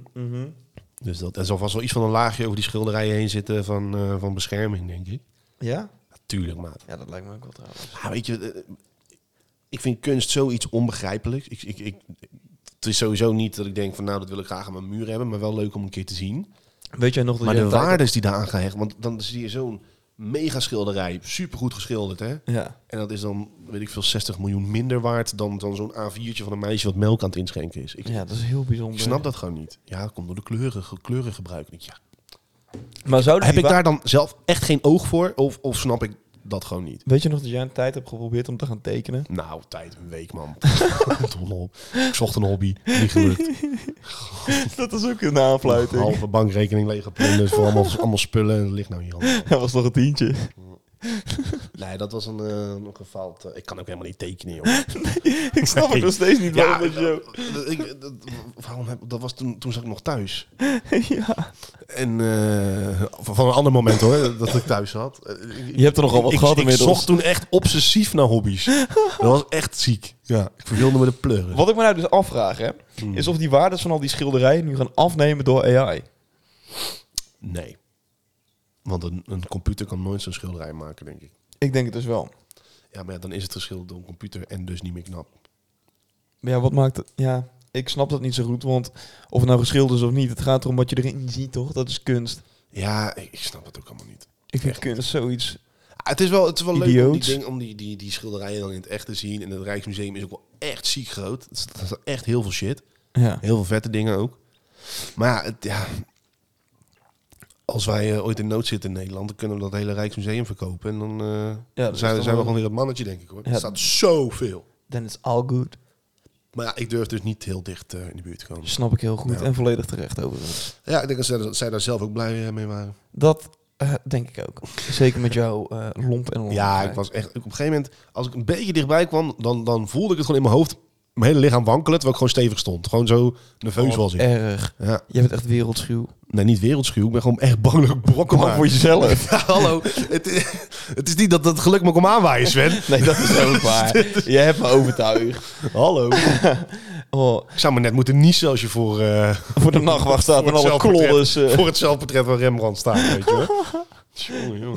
[SPEAKER 3] Dus dat er zal vast wel iets van een laagje over die schilderijen heen zitten van bescherming, denk ik.
[SPEAKER 2] Ja?
[SPEAKER 3] Natuurlijk, maat.
[SPEAKER 2] Ja, dat lijkt me ook wel trouwens.
[SPEAKER 3] Ja, weet je, ik vind kunst zoiets onbegrijpelijks. Het is sowieso niet dat ik denk van nou, dat wil ik graag aan mijn muur hebben, maar wel leuk om een keer te zien.
[SPEAKER 2] Weet jij nog dat
[SPEAKER 3] Maar
[SPEAKER 2] jij
[SPEAKER 3] de
[SPEAKER 2] een tijd-
[SPEAKER 3] waardes die daar aan gehecht, want dan zie je zo'n mega schilderij, supergoed geschilderd, hè?
[SPEAKER 2] Ja.
[SPEAKER 3] En dat is dan, weet ik veel, 60 miljoen minder waard dan zo'n A4'tje van een meisje wat melk aan het inschenken is.
[SPEAKER 2] Ja, dat is heel bijzonder.
[SPEAKER 3] Ik snap dat gewoon niet. Ja, dat komt door de kleurengebruik. Ja.
[SPEAKER 2] Maar zouden
[SPEAKER 3] Heb
[SPEAKER 2] die
[SPEAKER 3] ik daar dan zelf echt geen oog voor? Of snap ik dat gewoon niet?
[SPEAKER 2] Weet je nog dat jij een tijd hebt geprobeerd om te gaan tekenen?
[SPEAKER 3] Nou, tijd, een week, man. Dol op. Ik zocht een hobby. Niet gelukt.
[SPEAKER 2] Dat is ook een aanfluiting.
[SPEAKER 3] Halve bankrekening leeggeplunderd voor allemaal spullen. En dat ligt nou hier al.
[SPEAKER 2] Dat was nog een tientje.
[SPEAKER 3] Nee, dat was een gefaald. Ik kan ook helemaal niet tekenen, joh.
[SPEAKER 2] Ik snap het
[SPEAKER 3] Nee.
[SPEAKER 2] nog steeds niet waarom dat je
[SPEAKER 3] dat was toen zat ik nog thuis.
[SPEAKER 2] zo... Ja.
[SPEAKER 3] En van een ander moment hoor, dat ik thuis zat.
[SPEAKER 2] Je hebt er nogal wat gehad
[SPEAKER 3] Ik
[SPEAKER 2] inmiddels.
[SPEAKER 3] zocht toen echt obsessief naar hobby's. Dat was echt ziek. Ja, ik verveelde me de pleuren.
[SPEAKER 2] Wat ik me nou dus afvraag, hè, is of die waardes van al die schilderijen nu gaan afnemen door AI.
[SPEAKER 3] Nee. Want een computer kan nooit zo'n schilderij maken, denk ik.
[SPEAKER 2] Ik denk het dus wel.
[SPEAKER 3] Ja, maar ja, dan is het verschil door een computer en dus niet meer knap.
[SPEAKER 2] Maar ja, wat maakt het... Ja, ik snap dat niet zo goed, want of het nou geschilderd is of niet, het gaat erom wat je erin ziet, toch? Dat is kunst.
[SPEAKER 3] Ja, ik snap het ook allemaal niet.
[SPEAKER 2] Ik vind kunst zoiets...
[SPEAKER 3] Het is wel leuk om
[SPEAKER 2] Idioots.
[SPEAKER 3] die schilderijen dan in het echt te zien. En het Rijksmuseum is ook wel echt ziek groot. Dat is echt heel veel shit.
[SPEAKER 2] Ja.
[SPEAKER 3] Heel veel vette dingen ook. Maar ja, als wij ooit in nood zitten in Nederland, dan kunnen we dat hele Rijksmuseum verkopen. En dan
[SPEAKER 2] dat is
[SPEAKER 3] zijn
[SPEAKER 2] dan
[SPEAKER 3] we
[SPEAKER 2] wel-
[SPEAKER 3] gewoon weer het mannetje, denk ik hoor.
[SPEAKER 2] Ja.
[SPEAKER 3] Er staat zoveel.
[SPEAKER 2] Then it's all good.
[SPEAKER 3] Maar ja, ik durf dus niet heel dicht in de buurt te komen.
[SPEAKER 2] Snap ik heel goed
[SPEAKER 3] Ja.
[SPEAKER 2] en volledig terecht overigens.
[SPEAKER 3] Ja, ik denk dat zij daar zelf ook blij mee waren.
[SPEAKER 2] Dat denk ik ook. Zeker met jouw lomp en lomp.
[SPEAKER 3] Ja, ik was echt... Op een gegeven moment, als ik een beetje dichtbij kwam, dan voelde ik het gewoon in mijn hoofd. Mijn hele lichaam wankelen, terwijl ik gewoon stevig stond. Gewoon zo nerveus was ik.
[SPEAKER 2] Erg.
[SPEAKER 3] Ja.
[SPEAKER 2] Je bent echt wereldschuw.
[SPEAKER 3] Nee, niet wereldschuw. Ik ben gewoon echt bang dat ik brokken
[SPEAKER 2] Kom
[SPEAKER 3] maak.
[SPEAKER 2] voor jezelf.
[SPEAKER 3] Ja, hallo. Het is niet dat het geluk me komt aanwaaien, Sven.
[SPEAKER 2] Nee, dat is ook waar. Je hebt me overtuigd.
[SPEAKER 3] Hallo.
[SPEAKER 2] Oh,
[SPEAKER 3] Ik zou me net moeten niezen als je voor
[SPEAKER 2] voor de nachtwacht staat
[SPEAKER 3] voor
[SPEAKER 2] en
[SPEAKER 3] het
[SPEAKER 2] alle
[SPEAKER 3] zelfportret-
[SPEAKER 2] klodders.
[SPEAKER 3] voor het zelfportret van Rembrandt staat, weet je wel. Jongen.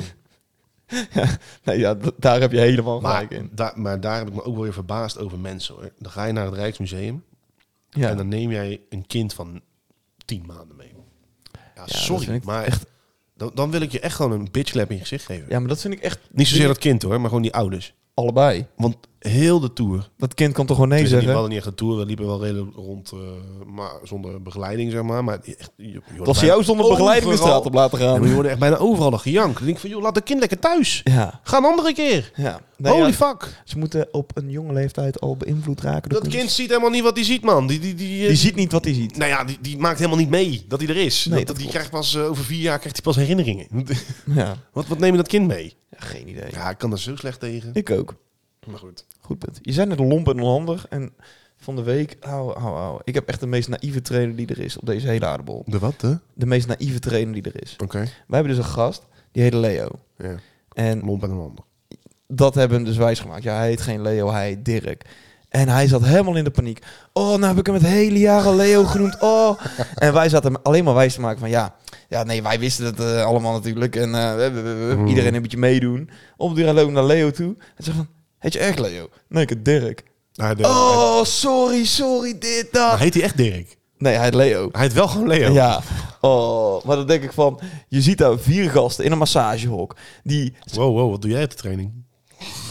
[SPEAKER 2] Nee, ja, daar heb je helemaal
[SPEAKER 3] Maar,
[SPEAKER 2] gelijk in.
[SPEAKER 3] maar daar heb ik me ook wel weer verbaasd over mensen, hoor. Dan ga je naar het Rijksmuseum
[SPEAKER 2] Ja.
[SPEAKER 3] en dan neem jij een kind van 10 maanden mee. Ja,
[SPEAKER 2] dat
[SPEAKER 3] sorry,
[SPEAKER 2] vind ik
[SPEAKER 3] maar
[SPEAKER 2] echt-
[SPEAKER 3] dan wil ik je echt gewoon een bitchklap in je gezicht geven.
[SPEAKER 2] Ja, maar dat vind ik echt...
[SPEAKER 3] Niet zozeer dat kind, hoor, maar gewoon die ouders.
[SPEAKER 2] Allebei.
[SPEAKER 3] Want heel de tour...
[SPEAKER 2] Dat kind kan toch gewoon nee
[SPEAKER 3] We
[SPEAKER 2] zeggen?
[SPEAKER 3] hadden niet echt een tour, we liepen wel redelijk rond, maar zonder begeleiding, zeg maar. Maar je wordt
[SPEAKER 2] Dat ze
[SPEAKER 3] bijna
[SPEAKER 2] jou zonder begeleiding de
[SPEAKER 3] overal-
[SPEAKER 2] straat op laten
[SPEAKER 3] Ja, maar
[SPEAKER 2] gaan.
[SPEAKER 3] je wordt echt bijna overal een gejank. Dan denk ik van, joh, laat het kind lekker thuis.
[SPEAKER 2] Ja.
[SPEAKER 3] Ga een andere keer.
[SPEAKER 2] Ja. Nee,
[SPEAKER 3] Holy
[SPEAKER 2] ja,
[SPEAKER 3] fuck.
[SPEAKER 2] ze moeten op een jonge leeftijd al beïnvloed raken. door
[SPEAKER 3] Dat
[SPEAKER 2] kunst.
[SPEAKER 3] kind ziet helemaal niet wat hij ziet, man.
[SPEAKER 2] Die ziet niet wat hij ziet.
[SPEAKER 3] Nou ja, die maakt helemaal niet mee dat hij er is.
[SPEAKER 2] Nee, dat
[SPEAKER 3] die
[SPEAKER 2] klopt.
[SPEAKER 3] krijgt pas over 4 jaar krijgt hij pas herinneringen.
[SPEAKER 2] Ja.
[SPEAKER 3] wat neem je dat kind mee?
[SPEAKER 2] Ja, geen idee.
[SPEAKER 3] Ja, ik kan er zo slecht tegen.
[SPEAKER 2] Ik ook.
[SPEAKER 3] Maar goed.
[SPEAKER 2] Goed punt. Je zei net lomp en onhandig. En van de week... Hou. Ik heb echt de meest naïeve trainer die er is op deze hele aardbol.
[SPEAKER 3] De wat, hè?
[SPEAKER 2] De meest naïeve trainer die er is.
[SPEAKER 3] Oké.
[SPEAKER 2] Wij hebben dus een gast, die heet Leo.
[SPEAKER 3] Ja.
[SPEAKER 2] En
[SPEAKER 3] Lomp en een ander.
[SPEAKER 2] dat hebben we hem dus wijsgemaakt. Ja, hij heet geen Leo, hij heet Dirk. En hij zat helemaal in de paniek. Oh, nou heb ik hem het hele jaar al Leo genoemd. Oh. En wij zaten hem alleen maar wijs te maken van... Ja, nee, wij wisten het allemaal natuurlijk. En iedereen een beetje meedoen. Op de duur loopt naar Leo toe. En zegt van... Heet je echt Leo? Nee, ik heet Dirk. Oh, sorry, dit, dat.
[SPEAKER 3] Maar heet hij echt Dirk?
[SPEAKER 2] Nee, hij heet Leo.
[SPEAKER 3] Hij heet wel gewoon Leo.
[SPEAKER 2] Ja. Oh, maar dan denk ik van... Je ziet daar 4 gasten in een massagehok. Die...
[SPEAKER 3] Wow, wat doe jij op de training?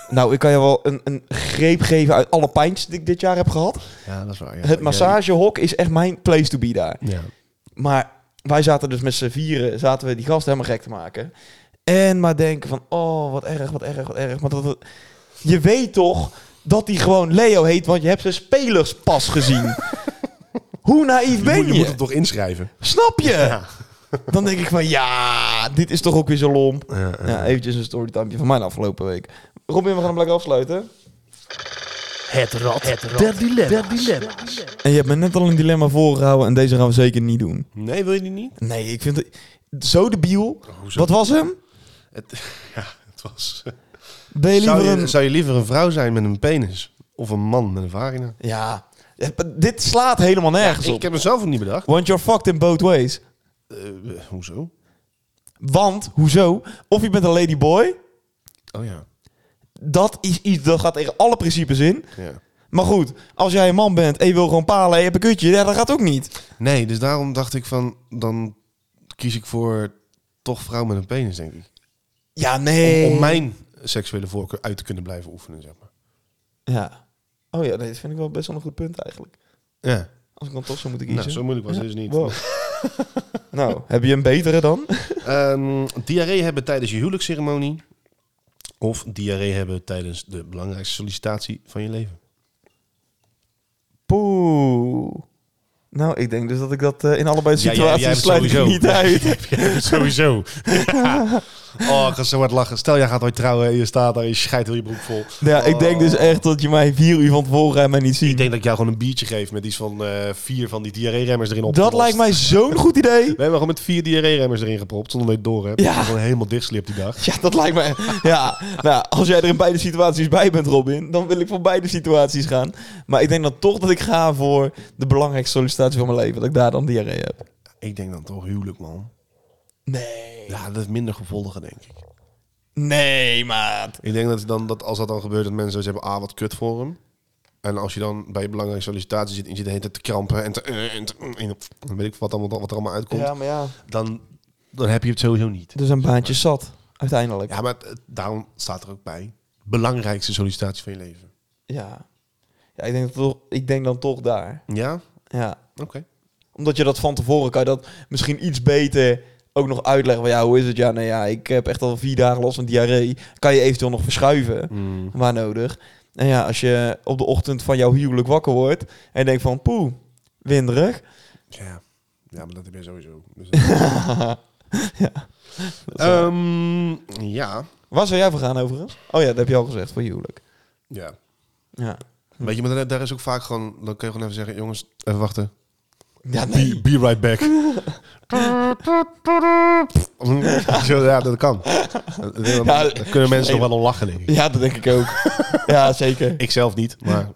[SPEAKER 2] Nou, ik kan je wel een greep geven uit alle pijntjes die ik dit jaar heb gehad.
[SPEAKER 3] Ja, dat is waar. Ja.
[SPEAKER 2] Het massagehok is echt mijn place to be daar.
[SPEAKER 3] Ja.
[SPEAKER 2] Maar wij zaten dus met z'n vieren, zaten we die gast helemaal gek te maken. En maar denken van, oh, wat erg. Maar je weet toch dat hij gewoon Leo heet, want je hebt zijn spelerspas gezien. Hoe naïef ben je?
[SPEAKER 3] Je moet het toch inschrijven?
[SPEAKER 2] Snap je?
[SPEAKER 3] Ja.
[SPEAKER 2] Dan denk ik van, ja, dit is toch ook weer zo lomp.
[SPEAKER 3] Ja.
[SPEAKER 2] Ja, eventjes een storytime van mijn afgelopen week. Robin, we gaan hem lekker afsluiten.
[SPEAKER 4] Het rad der dilemma's.
[SPEAKER 2] En je hebt me net al een dilemma voorgehouden en deze gaan we zeker niet doen.
[SPEAKER 3] Nee, wil je die niet?
[SPEAKER 2] Nee, ik vind het zo debiel.
[SPEAKER 3] Hoezo?
[SPEAKER 2] Wat was hem?
[SPEAKER 3] Het was...
[SPEAKER 2] Ben je liever een...
[SPEAKER 3] Zou je liever een vrouw zijn met een penis? Of een man met een vagina?
[SPEAKER 2] Ja, dit slaat helemaal nergens
[SPEAKER 3] Ik
[SPEAKER 2] op.
[SPEAKER 3] heb het zelf ook niet bedacht.
[SPEAKER 2] Want you're fucked in both ways.
[SPEAKER 3] Hoezo?
[SPEAKER 2] Want, hoezo? Of je bent een ladyboy.
[SPEAKER 3] Oh ja.
[SPEAKER 2] Dat is iets, dat gaat tegen alle principes in.
[SPEAKER 3] Ja.
[SPEAKER 2] Maar goed, als jij een man bent en je wil gewoon palen en je hebt een kutje, ja, dat gaat ook niet.
[SPEAKER 3] Nee, dus daarom dacht ik van... Dan kies ik voor toch vrouw met een penis, denk ik.
[SPEAKER 2] Ja, nee.
[SPEAKER 3] Om mijn seksuele voorkeur uit te kunnen blijven oefenen, zeg maar.
[SPEAKER 2] Ja. Oh ja, nee, dat vind ik wel best wel een goed punt eigenlijk.
[SPEAKER 3] Ja.
[SPEAKER 2] Als ik dan toch zou moeten kiezen.
[SPEAKER 3] Nou, zo moeilijk was het dus niet.
[SPEAKER 2] Wow. Nou, heb je een betere dan?
[SPEAKER 3] Diarree hebben tijdens je huwelijksceremonie. Of diarree hebben tijdens de belangrijkste sollicitatie van je leven.
[SPEAKER 2] Poeh. Nou, ik denk dus dat ik dat in allebei de
[SPEAKER 3] Ja,
[SPEAKER 2] situaties
[SPEAKER 3] jij hebt
[SPEAKER 2] sluit ik
[SPEAKER 3] sowieso.
[SPEAKER 2] niet uit.
[SPEAKER 3] Sowieso. Oh, ik ga zo hard lachen. Stel, jij gaat ooit trouwen en je staat daar en je scheidt heel je broek vol.
[SPEAKER 2] Ja, ik denk dus echt dat je mij 4 uur van tevoren mij niet ziet.
[SPEAKER 3] Ik denk dat ik jou gewoon een biertje geef met iets van 4 van die diarree-remmers erin op.
[SPEAKER 2] Dat lijkt mij zo'n goed idee.
[SPEAKER 3] We hebben gewoon met 4 diarree-remmers erin gepropt, zonder dat je het door hebt.
[SPEAKER 2] Ja.
[SPEAKER 3] Ja. Gewoon helemaal dichtslipt die dag.
[SPEAKER 2] Ja, dat lijkt mij... Ja, nou, als jij er in beide situaties bij bent, Robin, dan wil ik voor beide situaties gaan. Maar ik denk dan toch dat ik ga voor de belangrijkste sollicitatie van mijn leven. Dat ik daar dan diarree heb.
[SPEAKER 3] Ik denk dan toch huwelijk, man.
[SPEAKER 2] Nee.
[SPEAKER 3] Ja, dat heeft minder gevolgen, denk ik.
[SPEAKER 2] Nee, maat.
[SPEAKER 3] Ik denk dat als dat dan gebeurt, dat mensen zoiets hebben, wat kut voor hem. En als je dan bij je belangrijke sollicitatie zit en je zit de hele tijd te krampen en dan weet ik wat er allemaal uitkomt.
[SPEAKER 2] Ja, maar ja.
[SPEAKER 3] Dan heb je het sowieso niet.
[SPEAKER 2] Dus een baantje zat, uiteindelijk.
[SPEAKER 3] Ja, maar daarom staat er ook bij. Belangrijkste sollicitatie van je leven.
[SPEAKER 2] Ja. Ja, ik denk dan toch daar.
[SPEAKER 3] Ja?
[SPEAKER 2] Ja.
[SPEAKER 3] Oké.
[SPEAKER 2] Omdat je dat van tevoren kan je dat misschien iets beter ook nog uitleggen. Van, ja, hoe is het? Ja, nee, ja, ik heb echt al 4 dagen last van diarree. Kan je eventueel nog verschuiven, waar nodig. En ja, als je op de ochtend van jouw huwelijk wakker wordt en je denkt van, poeh, winderig.
[SPEAKER 3] Ja. Ja, maar dat heb je sowieso. Dus
[SPEAKER 2] Ja.
[SPEAKER 3] ja.
[SPEAKER 2] Waar zou jij voor gaan overigens? Oh ja, dat heb je al gezegd, voor huwelijk.
[SPEAKER 3] Ja.
[SPEAKER 2] Ja.
[SPEAKER 3] Weet je, maar daar is ook vaak gewoon... Dan kun je gewoon even zeggen, jongens, even wachten.
[SPEAKER 2] Ja, nee.
[SPEAKER 3] Be right back. Ja, dat kan. Daar kunnen mensen nog wel om lachen, denk ik.
[SPEAKER 2] Ja, dat denk ik ook. Ja, zeker.
[SPEAKER 3] Ik zelf niet, maar...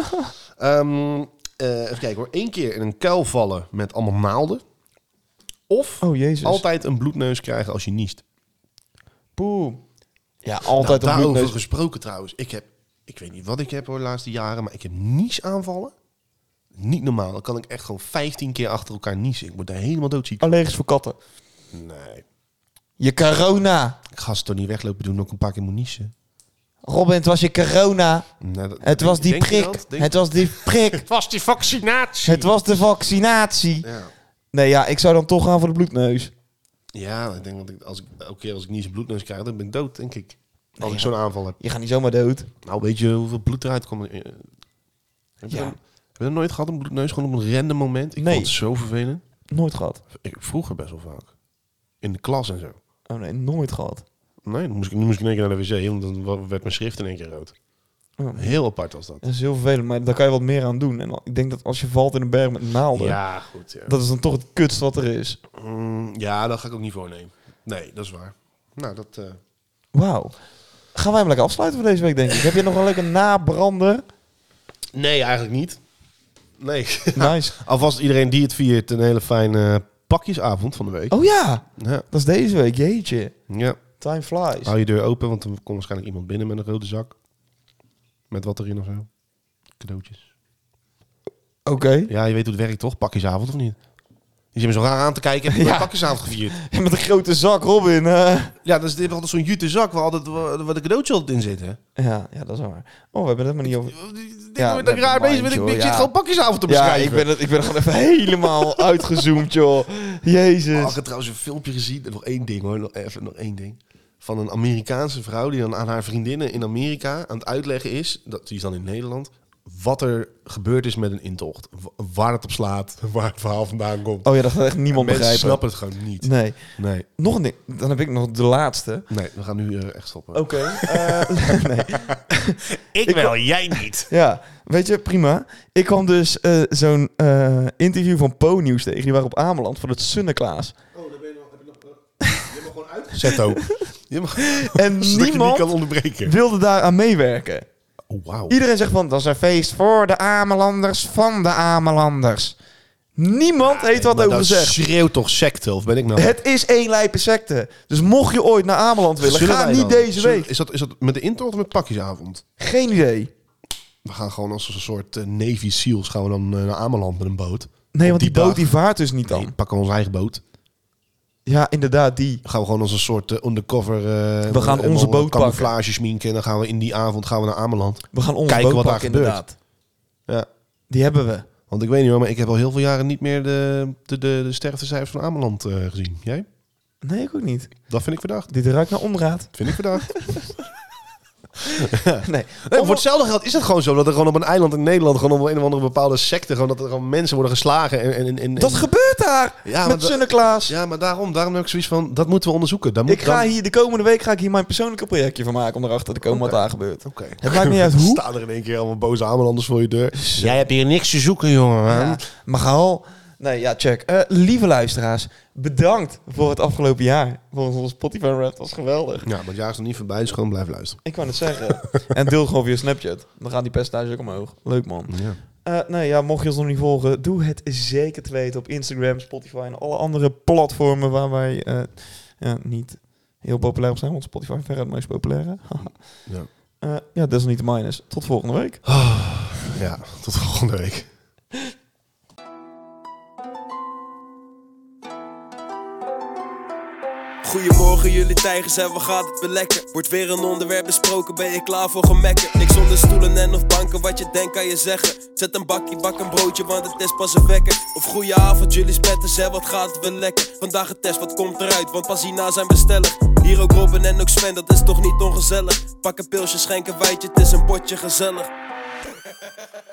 [SPEAKER 3] even kijken hoor. 1 keer in een kuil vallen met allemaal naalden. Of
[SPEAKER 2] Oh, jezus.
[SPEAKER 3] altijd een bloedneus krijgen als je niest.
[SPEAKER 2] Poeh. Ja, altijd
[SPEAKER 3] Nou,
[SPEAKER 2] een
[SPEAKER 3] daarover
[SPEAKER 2] bloedneus.
[SPEAKER 3] gesproken trouwens. Ik weet niet wat ik heb hoor de laatste jaren, maar ik heb niesaanvallen. Niet normaal. Dan kan ik echt gewoon 15 keer achter elkaar niezen. Ik word daar helemaal doodziek.
[SPEAKER 2] Allergisch voor katten.
[SPEAKER 3] Nee.
[SPEAKER 2] Je corona.
[SPEAKER 3] Ik ga ze toch niet weglopen doen, ook een paar keer moet niezen.
[SPEAKER 2] Robin, het was je corona.
[SPEAKER 3] Nee,
[SPEAKER 2] Het was die
[SPEAKER 3] denk je
[SPEAKER 2] prik.
[SPEAKER 3] dat?
[SPEAKER 2] Het was die prik.
[SPEAKER 3] Het was die vaccinatie.
[SPEAKER 2] Het was de vaccinatie.
[SPEAKER 3] Ja.
[SPEAKER 2] Nee, ja, ik zou dan toch gaan voor de bloedneus.
[SPEAKER 3] Ja, ik denk dat elke keer als ik niet zo'n bloedneus krijg, dan ben ik dood, denk ik. Als
[SPEAKER 2] Nee,
[SPEAKER 3] ik zo'n aanval heb.
[SPEAKER 2] Je gaat niet zomaar dood.
[SPEAKER 3] Nou, weet je hoeveel bloed eruit komt? Heb je dat nooit gehad, een bloedneus? Gewoon op een random moment? Ik
[SPEAKER 2] Nee.
[SPEAKER 3] vond het zo vervelend.
[SPEAKER 2] Nooit gehad.
[SPEAKER 3] Vroeger best wel vaak. In de klas en zo.
[SPEAKER 2] Oh nee, nooit gehad.
[SPEAKER 3] Nee, dan moest ik in één keer naar de wc, want dan werd mijn schrift in één keer rood.
[SPEAKER 2] Oh,
[SPEAKER 3] Heel apart was dat.
[SPEAKER 2] dat is heel vervelend, maar daar kan je wat meer aan doen. En ik denk dat als je valt in een berg met naalden,
[SPEAKER 3] Ja, goed. Ja.
[SPEAKER 2] dat is dan toch het kutst wat er is.
[SPEAKER 3] Ja, dat ga ik ook niet voornemen. Nee, dat is waar. Nou, dat...
[SPEAKER 2] Wauw. Gaan wij hem lekker afsluiten voor deze week, denk ik. Heb je nog een leuke nabrander?
[SPEAKER 3] Nee, eigenlijk niet. Nee.
[SPEAKER 2] Nice.
[SPEAKER 3] Alvast iedereen die het viert, een hele fijne pakjesavond van de week.
[SPEAKER 2] Oh ja,
[SPEAKER 3] Ja.
[SPEAKER 2] dat is deze week. Jeetje.
[SPEAKER 3] Ja.
[SPEAKER 2] Time flies.
[SPEAKER 3] Hou je deur open, want er komt waarschijnlijk iemand binnen met een rode zak. Met wat erin of zo. Cadeautjes.
[SPEAKER 2] Oké.
[SPEAKER 3] Ja, je weet hoe het werkt toch? Pakjesavond of niet? Je zit me zo raar aan te kijken. Heb je pakjesavond gevierd?
[SPEAKER 2] Met een grote zak, Robin.
[SPEAKER 3] Ja, dus dit heeft altijd zo'n jute zak waar de cadeautje altijd in zit, hè?
[SPEAKER 2] Ja, dat is waar. Oh, we hebben het maar niet over...
[SPEAKER 3] Ik ben raar bezig met. Ik zit gewoon pakjesavond te beschrijven.
[SPEAKER 2] Ja, ik ben gewoon even helemaal uitgezoomd, joh. Jezus.
[SPEAKER 3] Ik heb trouwens een filmpje gezien. Nog één ding, hoor. Nog één ding. Van een Amerikaanse vrouw die dan aan haar vriendinnen in Amerika aan het uitleggen is, die is dan in Nederland, wat er gebeurd is met een intocht. Waar het op slaat, waar het verhaal vandaan komt.
[SPEAKER 2] Oh ja, dat gaat echt niemand
[SPEAKER 3] Mensen
[SPEAKER 2] begrijpen.
[SPEAKER 3] snappen het gewoon niet.
[SPEAKER 2] Nee. Nog een ding. Dan heb ik nog de laatste.
[SPEAKER 3] Nee, we gaan nu echt stoppen.
[SPEAKER 2] Oké. Nee.
[SPEAKER 3] Ik wel, jij niet.
[SPEAKER 2] Ja, weet je, prima. Ik kwam dus zo'n interview van Po-nieuws tegen. Die waren op Ameland voor het Sunneklaas.
[SPEAKER 3] Oh, daar ben je nog gewoon uitgezet ook.
[SPEAKER 2] En niemand
[SPEAKER 3] kan onderbreken.
[SPEAKER 2] wilde daar aan meewerken.
[SPEAKER 3] Oh, wauw.
[SPEAKER 2] Iedereen zegt van, dat is een feest voor de Amelanders, van de Amelanders. Niemand heeft wat over gezegd.
[SPEAKER 3] Schreeuwt toch secte, of ben ik nou?
[SPEAKER 2] Het is één lijpe secte. Dus mocht je ooit naar Ameland willen, ga niet deze week.
[SPEAKER 3] Is dat met de intocht of met pakjesavond?
[SPEAKER 2] Geen idee.
[SPEAKER 3] We gaan gewoon als een soort Navy Seals gaan we dan naar Ameland met een boot.
[SPEAKER 2] Nee, want die boot
[SPEAKER 3] dag.
[SPEAKER 2] die vaart dus niet dan.
[SPEAKER 3] Nee, pakken we onze eigen boot.
[SPEAKER 2] Ja, inderdaad, die.
[SPEAKER 3] Dan gaan we gewoon als een soort undercover...
[SPEAKER 2] we gaan onze boot
[SPEAKER 3] camouflage schminken en dan gaan we in die avond naar Ameland.
[SPEAKER 2] We gaan onze
[SPEAKER 3] kijken
[SPEAKER 2] boot
[SPEAKER 3] wat daar
[SPEAKER 2] pakken,
[SPEAKER 3] gebeurt.
[SPEAKER 2] inderdaad.
[SPEAKER 3] Ja.
[SPEAKER 2] Die hebben we.
[SPEAKER 3] Want ik weet niet hoor, maar ik heb al heel veel jaren niet meer de sterftecijfers van Ameland gezien. Jij?
[SPEAKER 2] Nee, ik ook niet.
[SPEAKER 3] Dat vind ik verdacht.
[SPEAKER 2] Dit ruikt naar onraad.
[SPEAKER 3] Vind ik verdacht.
[SPEAKER 2] Nee.
[SPEAKER 3] Voor hetzelfde geld is het gewoon zo dat er gewoon op een eiland in Nederland gewoon op een of andere bepaalde secte gewoon dat er gewoon mensen worden geslagen en
[SPEAKER 2] Dat gebeurt daar
[SPEAKER 3] Ja,
[SPEAKER 2] met Sunneklaas.
[SPEAKER 3] Ja, maar daarom heb ik zoiets van dat moeten we onderzoeken.
[SPEAKER 2] De komende week ga ik hier mijn persoonlijke projectje van maken om erachter te komen wat daar gebeurt.
[SPEAKER 3] Oké.
[SPEAKER 2] Het maakt niet uit hoe.
[SPEAKER 3] Staan er in één keer allemaal boze Amelanders voor je deur. Jij hebt hier niks te zoeken, jongen.
[SPEAKER 2] Ja, maar Gaal. Nee, ja, check. Lieve luisteraars, bedankt voor het afgelopen jaar. Voor onze Spotify rap, was geweldig.
[SPEAKER 3] Ja, maar het jaar is nog niet voorbij, dus gewoon blijf luisteren.
[SPEAKER 2] Ik wou het zeggen. En deel gewoon via Snapchat. Dan gaan die percentages ook omhoog. Leuk, man.
[SPEAKER 3] Ja.
[SPEAKER 2] Mocht je ons nog niet volgen, doe het zeker te weten op Instagram, Spotify en alle andere platformen waar wij niet heel populair op zijn. Want Spotify is verder het meest populaire. Desalniettemin is. Tot volgende week.
[SPEAKER 3] Ja, tot volgende week.
[SPEAKER 1] Goedemorgen jullie tijgers en wat gaat het weer lekker? Wordt weer een onderwerp besproken, ben je klaar voor gemekken? Niks zonder stoelen en of banken, wat je denkt kan je zeggen. Zet een bakkie, bak een broodje, want het is pas een wekker. Of goeie avond jullie spetters en wat gaat het weer lekker? Vandaag een test, wat komt eruit, want pas hierna zijn we stellig. Hier ook Robin en ook Sven, dat is toch niet ongezellig? Pak een pilsje, schenk een wijtje, het is een potje gezellig.